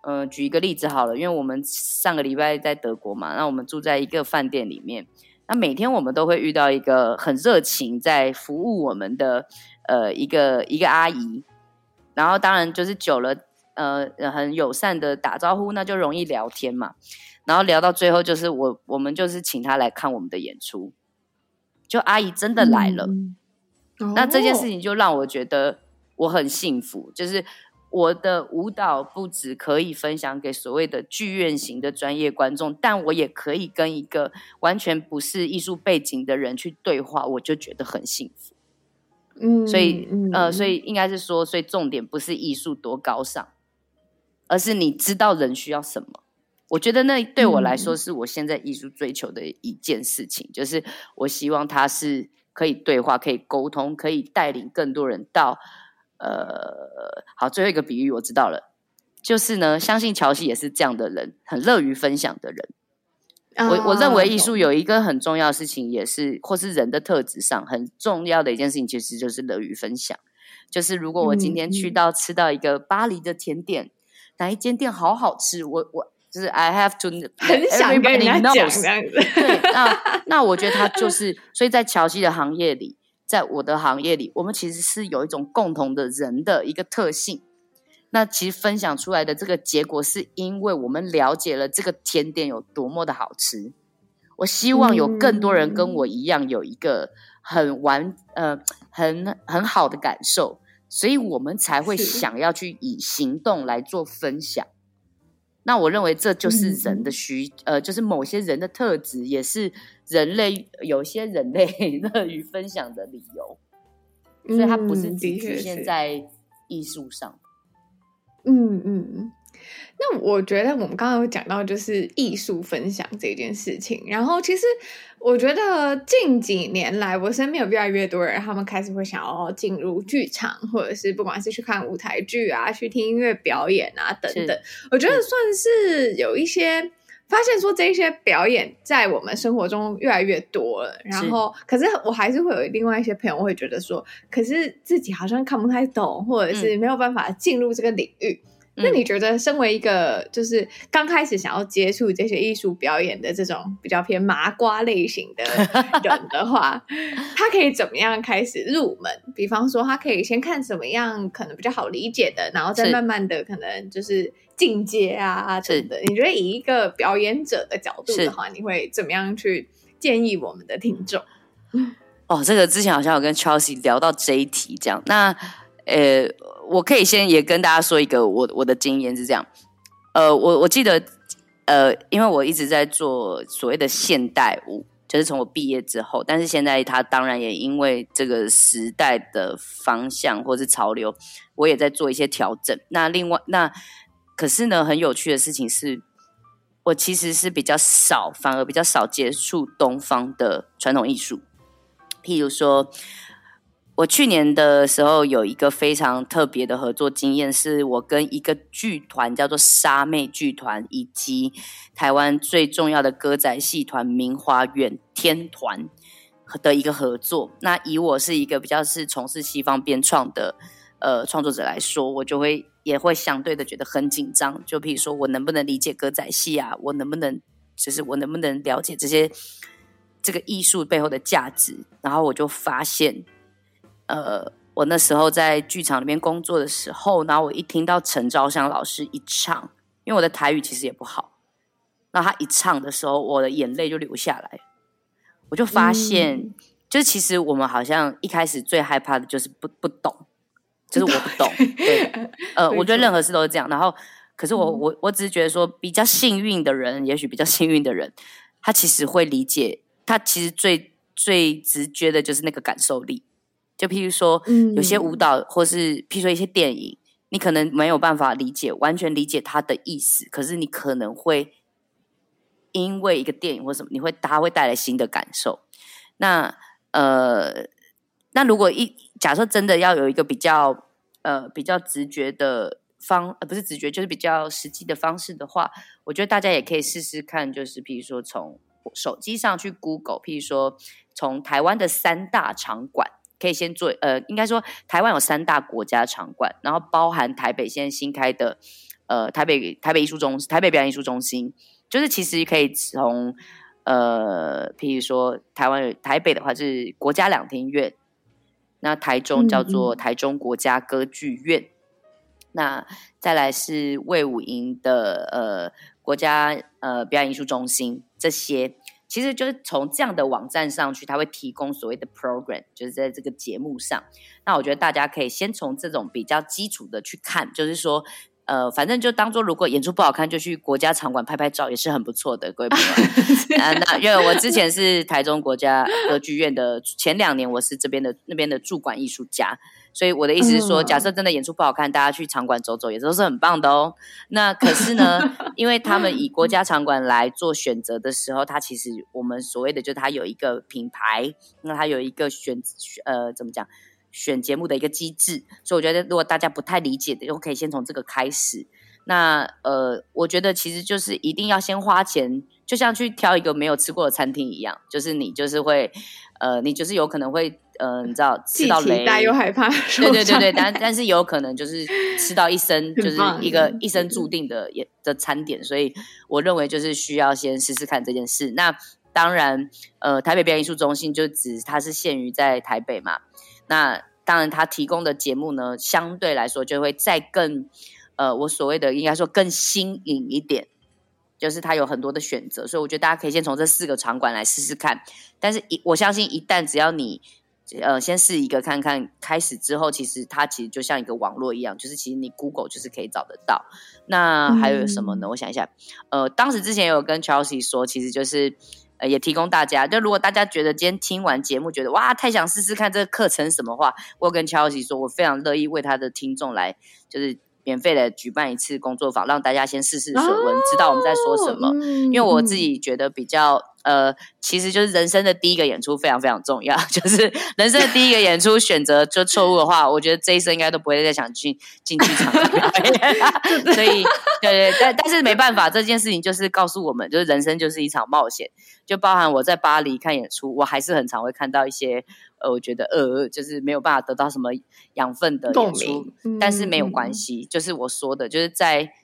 举一个例子好了，因为我们上个礼拜在德国嘛，那我们住在一个饭店里面，那每天我们都会遇到一个很热情在服务我们的一个阿姨，然后当然就是久了很友善的打招呼，那就容易聊天嘛，然后聊到最后就是我们就是请她来看我们的演出，就阿姨真的来了，那这件事情就让我觉得我很幸福，就是我的舞蹈不只可以分享给所谓的剧院型的专业观众，但我也可以跟一个完全不是艺术背景的人去对话，我就觉得很幸福。所以应该是说，所以重点不是艺术多高尚，而是你知道人需要什么。我觉得那对我来说是我现在艺术追求的一件事情，就是我希望它是可以对话、可以沟通、可以带领更多人到好，最后一个比喻我知道了，就是呢，相信乔西也是这样的人，很乐于分享的人。我认为艺术有一个很重要的事情，也是或是人的特质上很重要的一件事情，其实就是乐于分享。就是如果我今天去到吃到一个巴黎的甜点，哪一间店好好吃，我就是 I have to 很想跟人家讲这样子。 对，那我觉得他就是，所以在乔西的行业里，在我的行业里，我们其实是有一种共同的人的一个特性。那其实分享出来的这个结果，是因为我们了解了这个甜点有多么的好吃。我希望有更多人跟我一样有一个很好的感受，所以我们才会想要去以行动来做分享。那我认为这就是人的就是某些人的特质，也是有些人类乐于分享的理由。所以它不是只局限在艺术上。 那我觉得我们刚刚有讲到就是艺术分享这件事情，然后其实我觉得近几年来我身边有越来越多人，他们开始会想要进入剧场，或者是不管是去看舞台剧啊，去听音乐表演啊等等，我觉得算是有一些发现说这些表演在我们生活中越来越多了，然后可是我还是会有另外一些朋友会觉得说，可是自己好像看不太懂，或者是没有办法进入这个领域。那你觉得身为一个就是刚开始想要接触这些艺术表演的这种比较偏麻瓜类型的人的话，他可以怎么样开始入门？比方说他可以先看什么样可能比较好理解的，然后再慢慢的可能就是进阶啊等等。你觉得以一个表演者的角度的话，你会怎么样去建议我们的听众？ 这个之前好像有跟 Chelsea 聊到这一题这样。那我可以先也跟大家说一个我的经验是这样。我记得因为我一直在做所谓的现代舞，就是从我毕业之后，但是现在它当然也因为这个时代的方向或是潮流，我也在做一些调整。那可是呢，很有趣的事情是，我其实是反而比较少接触东方的传统艺术。譬如说，我去年的时候有一个非常特别的合作经验，是我跟一个剧团叫做沙妹剧团，以及台湾最重要的歌仔戏团明华园天团的一个合作。那以我是一个比较是从事西方编创的创作者来说，我也会相对的觉得很紧张。就譬如说我能不能理解歌仔戏啊，我能不能了解这个艺术背后的价值。然后我就发现我那时候在剧场里面工作的时候，然后我一听到陈昭香老师一唱，因为我的台语其实也不好，那他一唱的时候，我的眼泪就流下来。我就发现就是其实我们好像一开始最害怕的就是不懂，就是我不懂。对，我觉得任何事都是这样。然后可是我只是觉得说，比较幸运的人，也许比较幸运的人，他其实会理解，他其实最直觉的就是那个感受力。就譬如说有些舞蹈或是譬如说一些电影，你可能没有办法完全理解它的意思，可是你可能会因为一个电影或什么，它会带来新的感受。那如果假设真的要有一个比较直觉的不是直觉，就是比较实际的方式的话，我觉得大家也可以试试看，就是譬如说从手机上去 Google， 譬如说从台湾的3大场馆可以先做应该说台湾有3大国家场馆，然后包含台北现在新开的台北表演艺术中心，就是其实可以从譬如说台北的话是国家两厅院，那台中叫做台中国家歌剧院，那再来是卫武营的国家表演艺术中心，这些其实就是从这样的网站上去，它会提供所谓的 program， 就是在这个节目上。那我觉得大家可以先从这种比较基础的去看，就是说反正就当做如果演出不好看，就去国家场馆拍拍照也是很不错的，各位朋友。那因为我之前是台中国家歌剧院的，前2年我是那边的驻馆艺术家，所以我的意思是说，假设真的演出不好看，大家去场馆走走也都是很棒的哦。那可是呢，因为他们以国家场馆来做选择的时候，它其实我们所谓的就是它有一个品牌，那它有一个怎么讲？选节目的一个机制，所以我觉得如果大家不太理解的，就可以先从这个开始。那我觉得其实就是一定要先花钱，就像去挑一个没有吃过的餐厅一样，就是你就是会你就是有可能会你知道吃到雷， 既期待又害怕受对伤， 但是有可能就是吃到一生就是一生注定的餐点，所以我认为就是需要先试试看这件事。那当然台北表演艺术中心就它是限于在台北嘛，那当然它提供的节目呢相对来说就会再更我所谓的应该说更新颖一点，就是它有很多的选择，所以我觉得大家可以先从这4个场馆来试试看。但是我相信一旦只要你先试一个看看，开始之后其实它其实就像一个网络一样，就是其实你 Google 就是可以找得到。那还有什么呢？我想一下，当时之前有跟 Chelsea 说，其实就是也提供大家，就如果大家觉得今天听完节目觉得哇太想试试看这个课程什么话，我跟 Chelsea 说我非常乐意为他的听众来就是免费的举办一次工作坊，让大家先试试水温，知道我们在说什么。因为我自己觉得比较其实就是人生的第一个演出非常非常重要，就是人生的第一个演出选择就错误的话，我觉得这一生应该都不会再想进剧场表演。所以对，但是没办法，这件事情就是告诉我们，就是人生就是一场冒险，就包含我在巴黎看演出，我还是很常会看到一些我觉得就是没有办法得到什么养分的演出，但是没有关系，就是我说的，就是在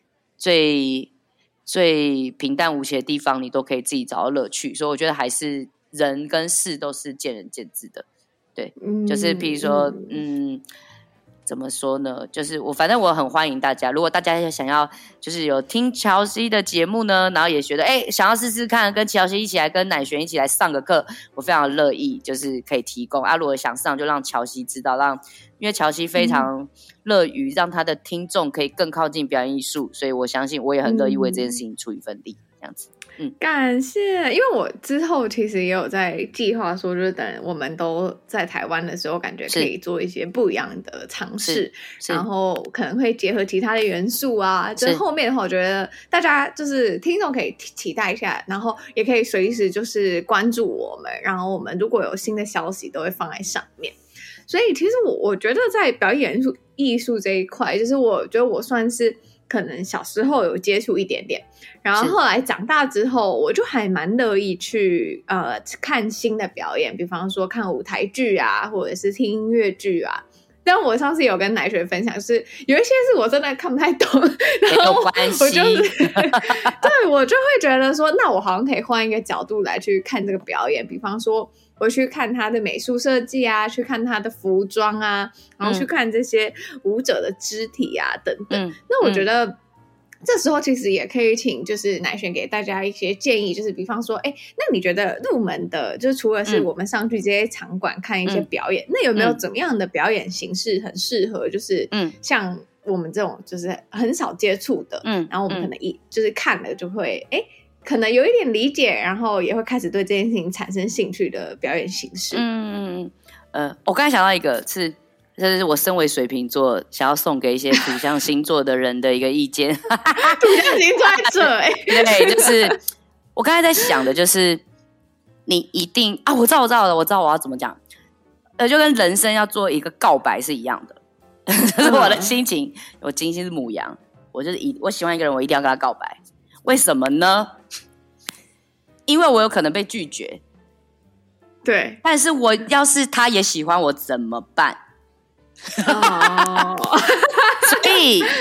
最平淡无奇的地方，你都可以自己找到乐趣。所以我觉得还是人跟事都是见仁见智的，对，就是譬如说，怎么说呢？就是反正我很欢迎大家，如果大家想要就是有听乔西的节目呢，然后也觉得想要试试看，跟乔西一起来，跟乃璇一起来上个课，我非常乐意，就是可以提供啊。如果想上，就让乔西知道，因为乔西非常乐于让他的听众可以更靠近表演艺术，所以我相信我也很乐意为这件事情出一份力，这样子。 感谢，因为我之后其实也有在计划说，就是等我们都在台湾的时候，感觉可以做一些不一样的尝试，然后可能会结合其他的元素啊。就后面的话，我觉得大家就是听众可以期待一下，然后也可以随时就是关注我们，然后我们如果有新的消息都会放在上面。所以其实我觉得在表演艺术这一块，就是我觉得我算是可能小时候有接触一点点，然后后来长大之后，我就还蛮乐意去看新的表演，比方说看舞台剧啊，或者是听音乐剧啊。但我上次有跟乃璇分享，就是有一些是我真的看不太懂，然后我就是对我就会觉得说，那我好像可以换一个角度来去看这个表演，比方说我去看他的美术设计啊，去看他的服装啊，然后去看这些舞者的肢体啊等等。那我觉得这时候其实也可以请就是乃璇给大家一些建议，就是比方说那你觉得入门的就是除了是我们上去这些场馆看一些表演，那有没有怎么样的表演形式很适合就是像我们这种就是很少接触的，然后我们可能就是看了就会可能有一点理解，然后也会开始对这件事情产生兴趣的表演形式。 我刚才想到一个这是我身为水瓶座想要送给一些土象星座的人的一个意见。 土象星座在这对，就是我刚才在想的就是你一定我知道我要怎么讲，就跟人生要做一个告白是一样的。这是我的心情，我金星是牡羊，我喜欢一个人，我一定要跟他告白。为什么呢？因为我有可能被拒绝， 对， 但是我要是他也喜欢我怎么办？所以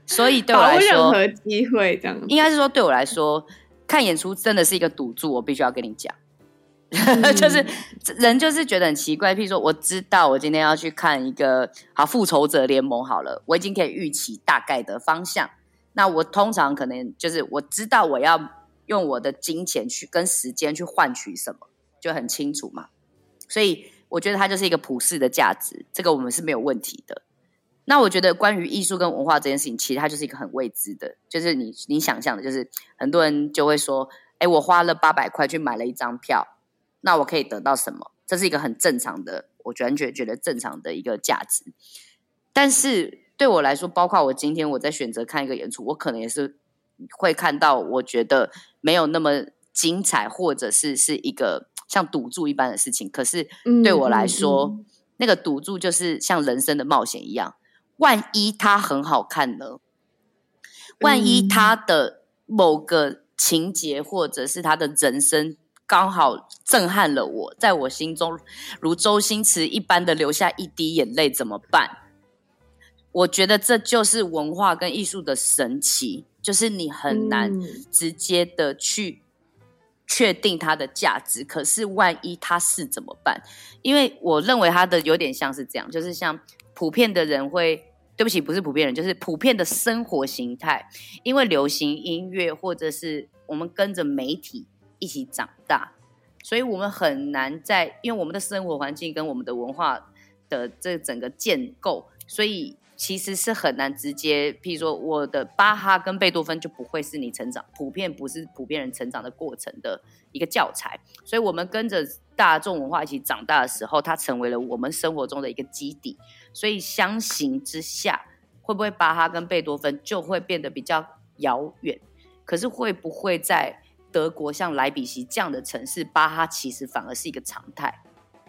所以对我来说， 把握任何机会这样。 应该是说对我来说，看演出真的是一个赌注，我必须要跟你讲。就是人就是觉得很奇怪，譬如说我知道我今天要去看一个复仇者联盟好了，我已经可以预期大概的方向，那我通常可能就是我知道我要用我的金钱去跟时间去换取什么，就很清楚嘛。所以我觉得它就是一个普世的价值，这个我们是没有问题的。那我觉得关于艺术跟文化这件事情，其实它就是一个很未知的，就是你想象的，就是很多人就会说，我花了800块去买了一张票，那我可以得到什么？这是一个很正常的，我觉得正常的一个价值。但是对我来说，包括我今天我在选择看一个演出，我可能也是会看到我觉得没有那么精彩，或者是一个像赌注一般的事情。可是对我来说，那个赌注就是像人生的冒险一样。万一它很好看呢？万一它的某个情节或者是他的人生刚好震撼了我，在我心中如周星驰一般的流下一滴眼泪怎么办？我觉得这就是文化跟艺术的神奇，就是你很难直接的去确定它的价值，可是万一它是怎么办？因为我认为它的有点像是这样，就是像普遍的人会，对不起，不是普遍人，就是普遍的生活形态，因为流行音乐或者是我们跟着媒体一起长大，所以我们很难因为我们的生活环境跟我们的文化的这整个建构，所以其实是很难直接，譬如说我的巴哈跟贝多芬就不会是你成长不是普遍人成长的过程的一个教材，所以我们跟着大众文化一起长大的时候，它成为了我们生活中的一个基底，所以相形之下，会不会巴哈跟贝多芬就会变得比较遥远？可是会不会在德国像莱比锡这样的城市，巴哈其实反而是一个常态？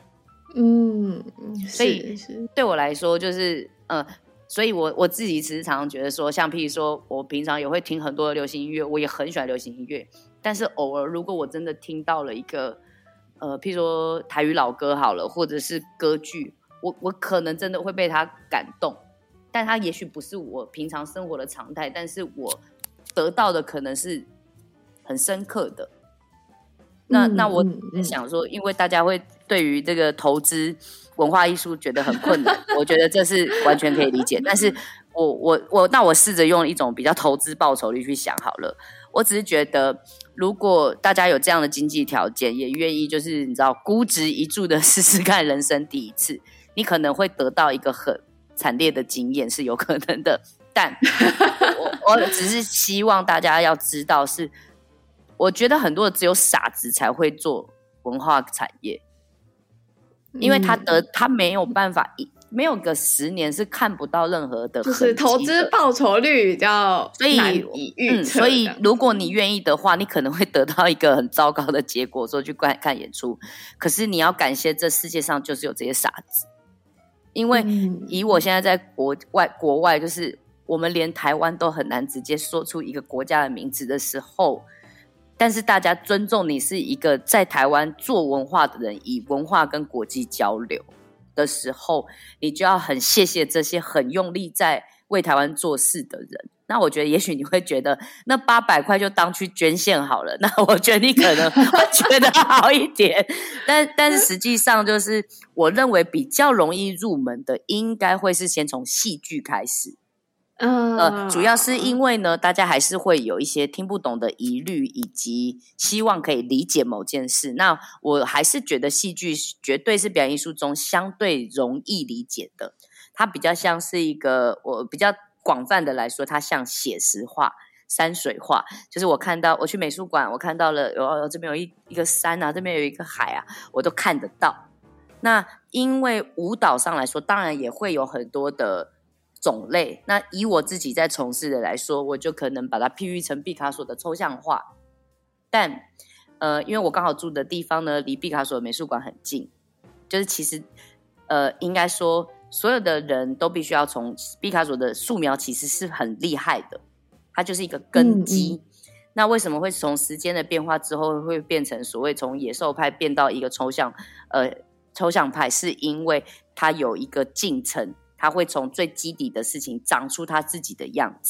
所以对我来说就是所以我自己其实常常觉得说，像譬如说我平常也会听很多的流行音乐，我也很喜欢流行音乐，但是偶尔如果我真的听到了一个譬如说台语老歌好了，或者是歌剧，我可能真的会被它感动，但它也许不是我平常生活的常态，但是我得到的可能是很深刻的。那我想说，因为大家会对于这个投资文化艺术觉得很困难，我觉得这是完全可以理解。但是我试着用一种比较投资报酬率去想好了。我只是觉得，如果大家有这样的经济条件，也愿意就是你知道孤执一注的试试看人生第一次，你可能会得到一个很惨烈的经验，是有可能的。但我只是希望大家要知道是。我觉得很多只有傻子才会做文化产业，因为他没有办法，没有个10年是看不到任何的痕迹的， 就是投资报酬率比较难以预测。 所以如果你愿意的话，你可能会得到一个很糟糕的结果，说去看演出。可是你要感谢这世界上就是有这些傻子，因为以我现在在国外，就是我们连台湾都很难直接说出一个国家的名字的时候。但是大家尊重你是一个在台湾做文化的人，以文化跟国际交流的时候，你就要很谢谢这些很用力在为台湾做事的人。那我觉得也许你会觉得那800块就当去捐献好了，那我觉得你可能会觉得好一点。但是实际上就是我认为比较容易入门的应该会是先从戏剧开始。主要是因为呢，大家还是会有一些听不懂的疑虑，以及希望可以理解某件事。那我还是觉得戏剧绝对是表演艺术中相对容易理解的，它比较像是一个，我比较广泛的来说，它像写实画、山水画。就是我去美术馆，我看到了这边有一个山啊，这边有一个海啊，我都看得到。那因为舞蹈上来说，当然也会有很多的种类，那以我自己在从事的来说，我就可能把它譬喻成毕卡索的抽象画。但因为我刚好住的地方呢，离毕卡索的美术馆很近，就是其实应该说所有的人都必须要从毕卡索的素描其实是很厉害的，它就是一个根基。那为什么会从时间的变化之后会变成所谓从野兽派变到一个抽象派，是因为它有一个进程，它会从最基底的事情长出它自己的样子。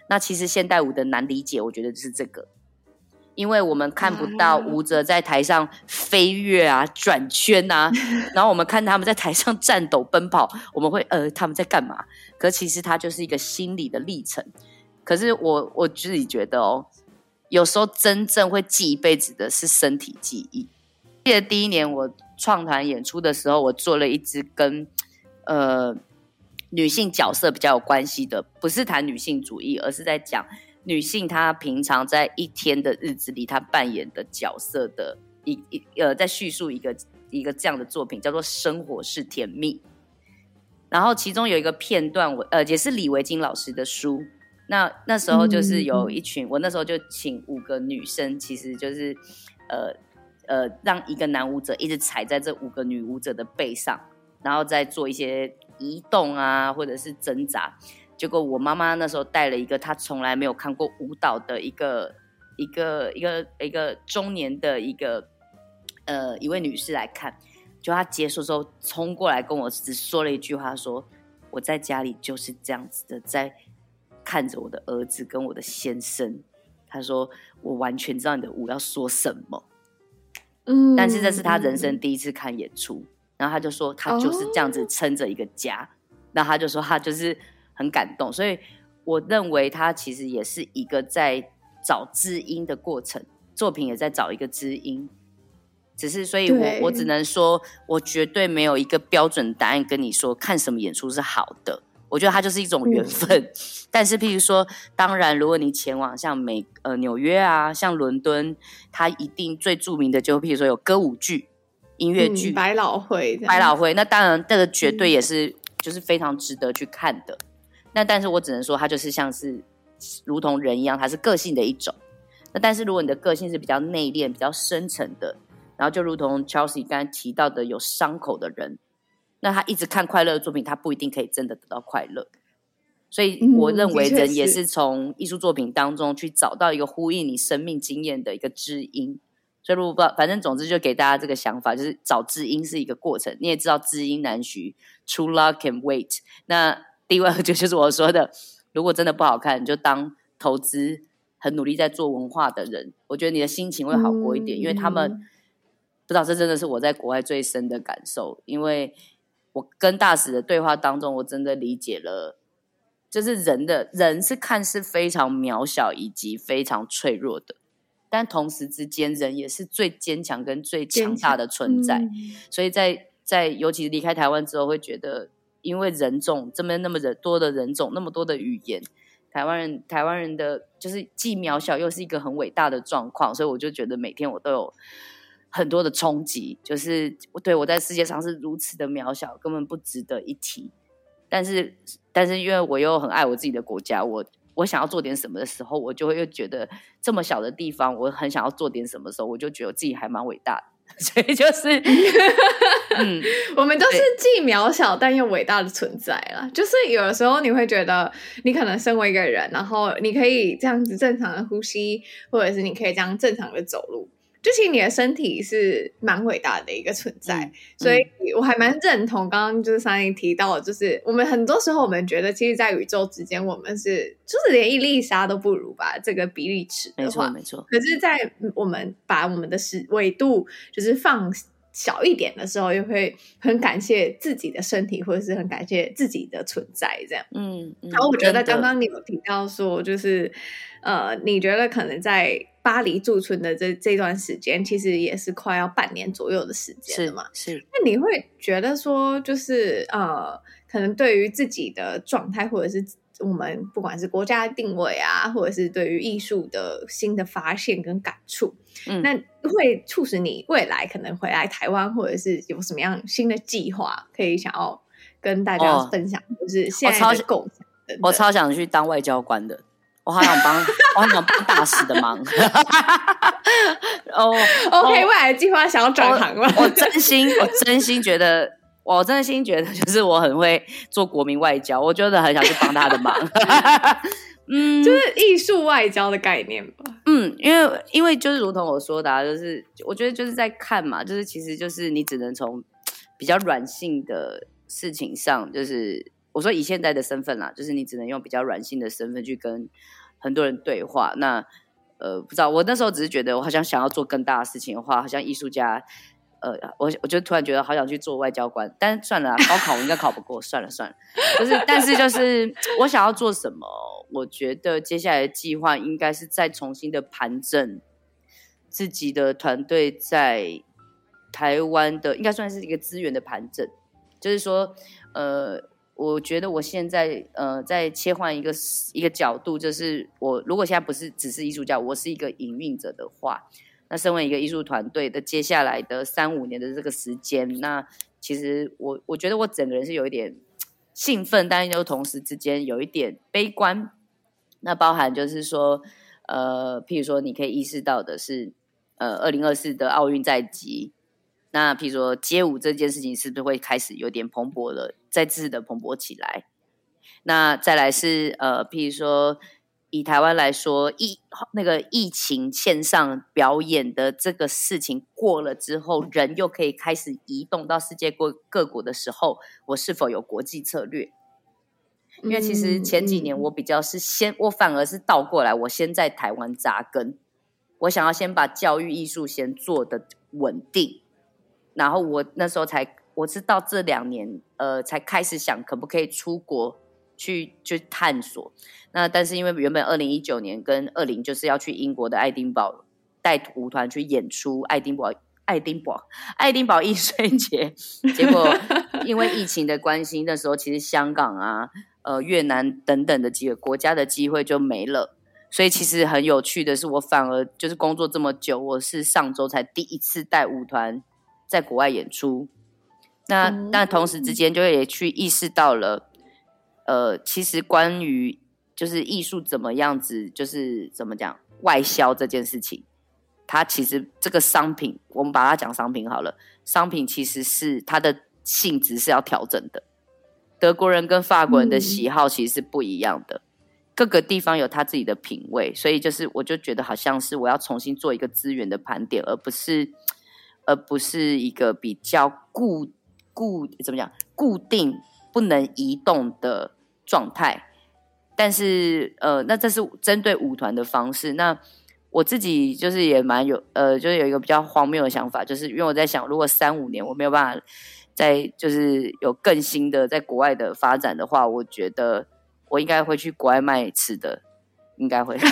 那其实现代舞的难理解，我觉得就是这个，因为我们看不到舞者在台上飞跃啊、转圈啊，然后我们看他们在台上战斗、奔跑，我们会他们在干嘛？可其实它就是一个心理的历程。可是我自己觉得有时候真正会记一辈子的是身体记忆。记得第一年我创团演出的时候，我做了一支跟女性角色比较有关系的，不是谈女性主义，而是在讲女性她平常在一天的日子里她扮演的角色的在叙述一个这样的作品，叫做《生活是甜蜜》。然后其中有一个片段，也是李维京老师的书。那时候就是有一群，我那时候就请5个女生，其实就是让一个男舞者一直踩在这5个女舞者的背上，然后再做一些移动啊，或者是挣扎。结果我妈妈那时候带了一个她从来没有看过舞蹈的一个中年的一位女士来看，就她结束之后冲过来跟我只说了一句话，说我在家里就是这样子的在看着我的儿子跟我的先生，她说我完全知道你的舞要说什么。但是这是她人生第一次看演出，然后她就说她就是这样子撑着一个家，然后她就说她就是很感动。所以我认为她其实也是一个在找知音的过程，作品也在找一个知音，只是所以我只能说我绝对没有一个标准答案跟你说看什么演出是好的，我觉得它就是一种缘分。但是譬如说当然如果你前往像纽约啊，像伦敦，它一定最著名的就譬如说有歌舞剧、音乐剧、 百老汇， 那当然这个绝对也是就是非常值得去看的。那但是我只能说它就是像是如同人一样，它是个性的一种。那但是如果你的个性是比较内敛、比较深沉的，然后就如同 Chelsea 刚才提到的有伤口的人，那他一直看快乐的作品，他不一定可以真的得到快乐。所以我认为人也是从艺术作品当中去找到一个呼应你生命经验的一个知音。所以如果反正总之就给大家这个想法，就是找知音是一个过程，你也知道知音难寻， True love can wait。 那第二个就是我说的，如果真的不好看，你就当投资很努力在做文化的人，我觉得你的心情会好过一点。因为他们不知道，这真的是我在国外最深的感受。因为我跟大使的对话当中，我真的理解了，就是人是看似非常渺小以及非常脆弱的，但同时之间人也是最坚强跟最强大的存在。所以在尤其离开台湾之后，会觉得因为人种这么那么多的人种，那么多的语言，台湾人的就是既渺小又是一个很伟大的状况。所以我就觉得每天我都有很多的冲击，就是对我在世界上是如此的渺小，根本不值得一提。但是因为我又很爱我自己的国家，我想要做点什么的时候，我就会又觉得这么小的地方我很想要做点什么的时候，我就觉得我自己还蛮伟大的。所以就是我们都是既渺小但又伟大的存在啦。就是有的时候你会觉得你可能身为一个人，然后你可以这样子正常的呼吸，或者是你可以这样正常的走路，就其实你的身体是蛮伟大的一个存在。所以我还蛮认同刚刚就是上一提到的，就是我们很多时候我们觉得其实在宇宙之间我们是就是连一粒沙都不如吧，这个比例尺的话， 没错。 可是在我们把我们的纬度就是放小一点的时候，又会很感谢自己的身体，或者是很感谢自己的存在这样。然后我觉得刚刚你有提到说就是你觉得可能在巴黎驻村的这段时间其实也是快要半年左右的时间了嘛。 是那你会觉得说就是可能对于自己的状态，或者是我们不管是国家的定位啊，或者是对于艺术的新的发现跟感触，那会促使你未来可能回来台湾，或者是有什么样新的计划可以想要跟大家分享，就是现在的构想等等。 我超想去当外交官的，我好想帮大使的忙。 OK， 未来的计划想要转行吗？ 我真心觉得。就是我很会做国民外交，我觉得很想去帮他的忙。 就是艺术外交的概念吧。 因为就是如同我说的就是我觉得就是在看嘛，就是其实就是你只能从比较软性的事情上，就是我说以现在的身份啦，就是你只能用比较软性的身份去跟很多人对话。那不知道，我那时候只是觉得我好像想要做更大的事情的话，好像艺术家我就突然觉得好想去做外交官，但算了啦，高考我应该考不过，算了，但是就是我想要做什么，我觉得接下来的计划应该是再重新的盘整自己的团队在台湾的，应该算是一个资源的盘整，就是说我觉得我现在在切换一个角度，就是我如果现在不是只是艺术家，我是一个营运者的话，那身为一个艺术团队的接下来的3-5年的这个时间，那其实我觉得我整个人是有一点兴奋，但又同时之间有一点悲观。那包含就是说譬如说你可以意识到的是2024的奥运在即，那譬如说街舞这件事情是不是会开始有点蓬勃了，再次的蓬勃起来。那再来是譬如说以台湾来说，那个疫情线上表演的这个事情过了之后，人又可以开始移动到世界各国的时候，我是否有国际策略？因为其实前几年我比较是我反而是倒过来，我先在台湾扎根，我想要先把教育艺术先做的稳定，然后我那时候我是到这2年才开始想可不可以出国去探索。那但是因为原本2019年跟20就是要去英国的爱丁堡带舞团去演出爱丁堡艺术节，结果因为疫情的关系，那时候其实香港啊越南等等的几个国家的机会就没了。所以其实很有趣的是，我反而就是工作这么久，我是上周才第一次带舞团在国外演出。那同时之间就也去意识到了其实关于就是艺术怎么样子，就是怎么讲外销这件事情，它其实这个商品，我们把它讲商品好了，商品其实是它的性质是要调整的。德国人跟法国人的喜好其实是不一样的，各个地方有他自己的品味，所以就是我就觉得好像是我要重新做一个资源的盘点，而不是一个比较怎么讲固定不能移动的状态。但是那这是针对舞团的方式。那我自己就是也蛮就是有一个比较荒谬的想法，就是因为我在想，如果3-5年我没有办法再就是有更新的在国外的发展的话，我觉得我应该会去国外卖吃的，应该会。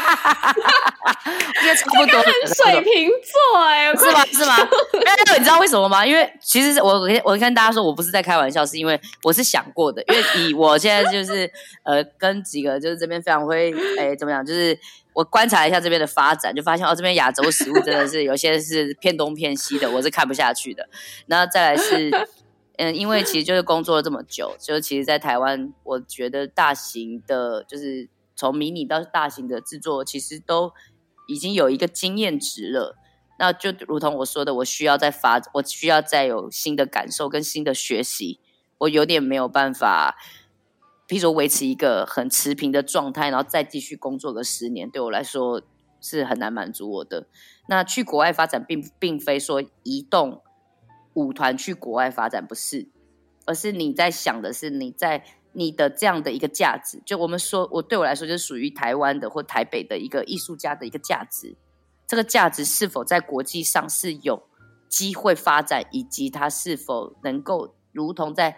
应该差不多， 很水瓶座是吗？因为你知道为什么吗？因为其实我跟大家说，我不是在开玩笑，是因为我是想过的。因为以我现在就是跟几个就是这边非常会怎么讲，就是我观察一下这边的发展，就发现这边亚洲食物真的是有些是偏东偏西的，我是看不下去的。然后再来是因为其实就是工作了这么久，就是其实在台湾，我觉得大型的就是从迷你到大型的制作，其实都已经有一个经验值了。那就如同我说的，我需要再有新的感受跟新的学习，我有点没有办法，譬如说维持一个很持平的状态，然后再继续工作个10年，对我来说是很难满足我的。那去国外发展并非说移动舞团去国外发展，不是，而是你在想的是你的这样的一个价值，就我们说对我来说就是属于台湾的或台北的一个艺术家的一个价值，这个价值是否在国际上是有机会发展，以及它是否能够如同在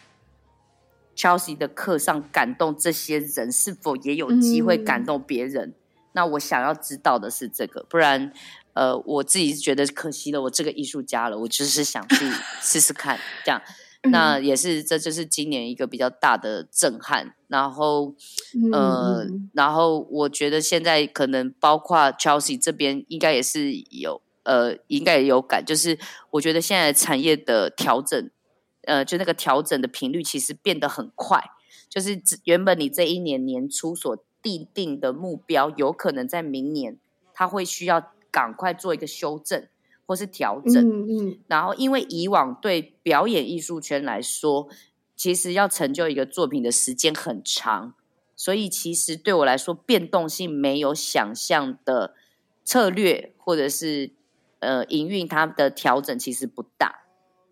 Chelsea 的课上感动这些人，是否也有机会感动别人。那我想要知道的是这个，不然我自己觉得可惜了，我这个艺术家了，我就是想去试试看这样。那也是，这就是今年一个比较大的震撼。然后然后我觉得现在可能包括 Chelsea 这边应该也是应该也有感，就是我觉得现在产业的调整就那个调整的频率其实变得很快，就是原本你这一年年初所定定的目标，有可能在明年它会需要赶快做一个修正或是调整。然后因为以往对表演艺术圈来说，其实要成就一个作品的时间很长，所以其实对我来说变动性没有想象的策略或者是营运它的调整其实不大。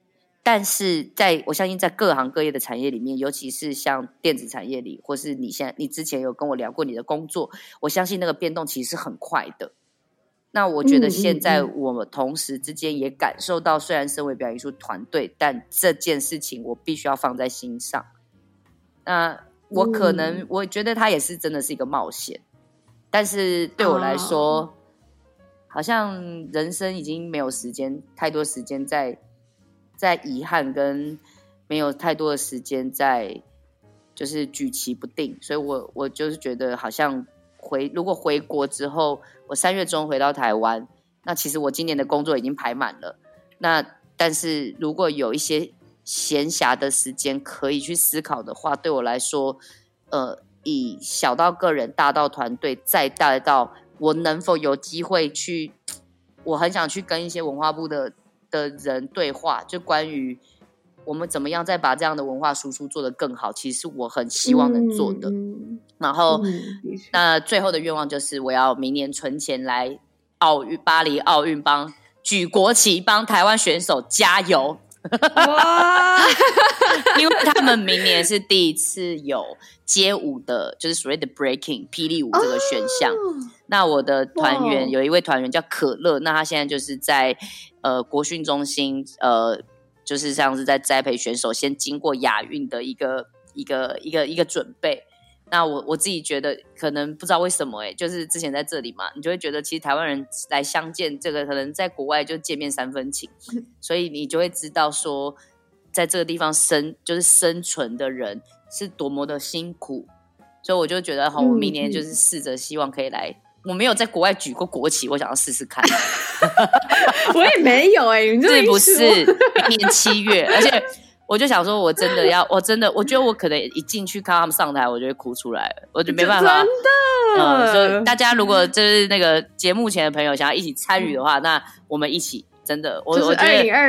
但是我相信在各行各业的产业里面，尤其是像电子产业里，或是你之前有跟我聊过你的工作，我相信那个变动其实是很快的。那我觉得现在我们同时之间也感受到，虽然身为表演艺术团队，但这件事情我必须要放在心上。那我可能我觉得它也是真的是一个冒险，但是对我来说，好像人生已经没有太多时间在遗憾，跟没有太多的时间在就是举棋不定，所以我就是觉得好像如果回国之后，我3月中回到台湾，那其实我今年的工作已经排满了。但是如果有一些闲暇的时间可以去思考的话，对我来说，以小到个人，大到团队，再大到我能否有机会去，我很想去跟一些文化部的人对话，就关于我们怎么样再把这样的文化输出做得更好，其实是我很希望能做的。然后那最后的愿望就是我要明年存钱来巴黎奥运举国旗，帮台湾选手加油。哇！因为他们明年是第一次有街舞的，就是所谓的 breaking 霹雳舞这个选项。那我的团员有一位团员叫可乐，那他现在就是在国训中心就是像是在栽培选手，先经过亚运的一个准备。那我自己觉得可能不知道为什么就是之前在这里嘛，你就会觉得其实台湾人来相见，这个可能在国外就见面3分情，所以你就会知道说在这个地方就是生存的人是多么的辛苦。所以我就觉得我明年就是试着希望可以来，我没有在国外举过国旗，我想要试试看。 我也没有你是不是明年7月，而且我就想说我觉得我可能一进去看他们上台，我就会哭出来了，我就没办法。 真的所以大家如果就是那个节目前的朋友想要一起参与的话，那我们一起真的，我觉得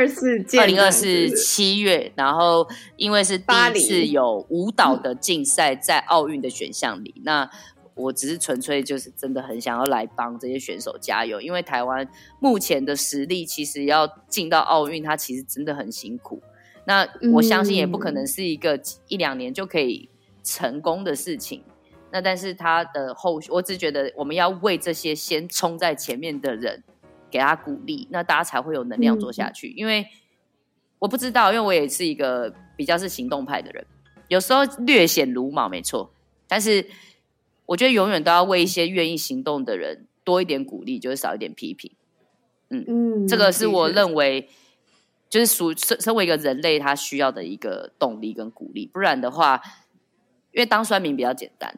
2024 7月，然后因为是第一次有舞蹈的竞赛在奥运的选项里，那我只是纯粹就是真的很想要来帮这些选手加油，因为台湾目前的实力其实要进到奥运，它其实真的很辛苦。那我相信也不可能是一个1-2年就可以成功的事情。那但是他的我只觉得我们要为这些先冲在前面的人给他鼓励，那大家才会有能量做下去。因为我不知道，因为我也是一个比较是行动派的人，有时候略显鲁莽没错，但是我觉得永远都要为一些愿意行动的人多一点鼓励，就是少一点批评。这个是我认为就是身为一个人类他需要的一个动力跟鼓励，不然的话，因为当酸民比较简单，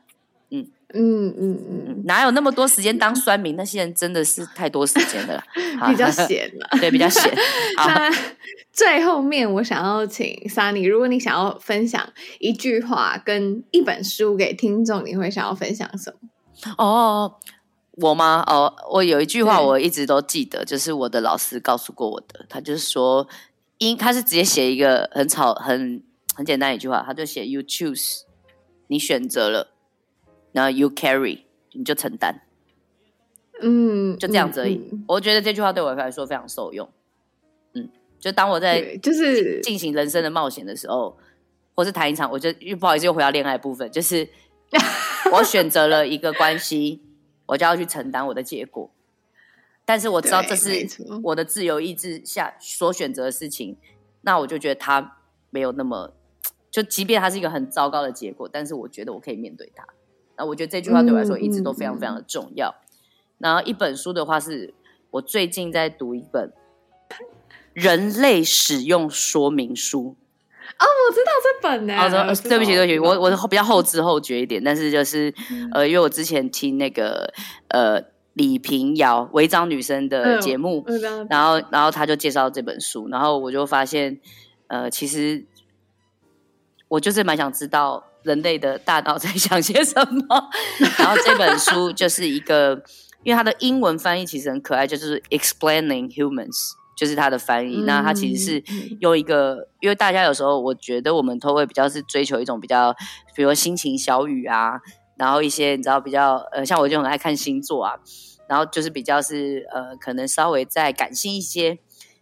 哪有那么多时间当酸民？那些人真的是太多时间了， 比较闲了， 对，比较闲。 那最后面我想要请 Sunny， 如果你想要分享一句话跟一本书给听众，你会想要分享什么？ 我吗？我有一句话我一直都记得，就是我的老师告诉过我的，他就是说，他是直接写一个很简单的一句话，他就写 You choose， 你选择了，然后 You carry， 你就承担，就这样子而已。我觉得这句话对我来说非常受用。就当我在就是进行人生的冒险的时候，或是谈一场，我就不好意思又回到恋爱部分，就是我选择了一个关系。我就要去承担我的结果，但是我知道这是我的自由意志下所选择的事情，那我就觉得它没有那么，就即便它是一个很糟糕的结果，但是我觉得我可以面对它。那我觉得这句话对我来说一直都非常非常的重要。然后一本书的话，是我最近在读一本人类使用说明书。 我知道这本对不起，我比较后知后觉一点，但是就是因为我之前听那个李平遥违章女生的节目，然后他就介绍这本书，然后我就发现其实我就是蛮想知道人类的大脑在想些什么。然后这本书就是一个，因为它的英文翻译其实很可爱，就是 Explaining Humans。就是它的翻译，那它其实是用一个，因为大家有时候我觉得我们都会比较是追求一种比较，比如说心情小语啊，然后一些你知道比较像我就很爱看星座啊，然后就是比较是可能稍微再感性一些。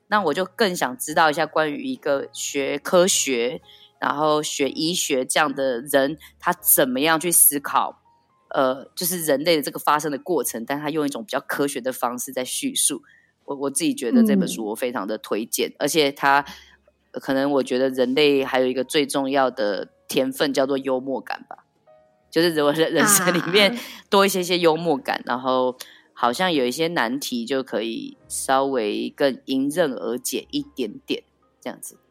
那我就更想知道一下关于一个学科学然后学医学这样的人，他怎么样去思考就是人类的这个发生的过程，但他用一种比较科学的方式在叙述。我自己觉得这本书我非常的推荐，而且他可能我觉得人类还有一个最重要的天分叫做幽默感吧，就是人生里面多一些幽默感，然后好像有一些难题就可以稍微更迎刃而解一点点这样子。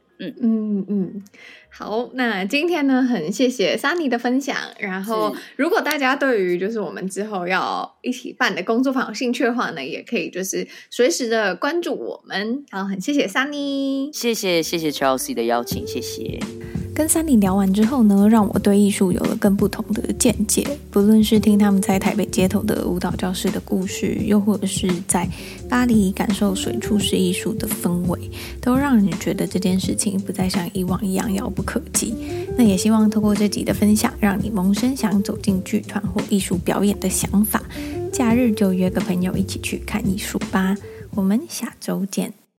好，那今天呢，很谢谢 Sunny 的分享。然后，如果大家对于就是我们之后要一起办的工作坊有兴趣的话呢，也可以就是随时的关注我们。好，很谢谢 Sunny， 谢谢 Chelsea 的邀请，谢谢。 跟Sunny聊完之后呢，让我对艺术有了更不同的见解。不论是听他们在台北街头的舞蹈教室的故事，又或者是在巴黎感受水柱式艺术的氛围，都让人觉得这件事情不再像以往一样遥不可及。那也希望透过这集的分享，让你萌生想走进剧团或艺术表演的想法。假日就约个朋友一起去看艺术吧。我们下周见。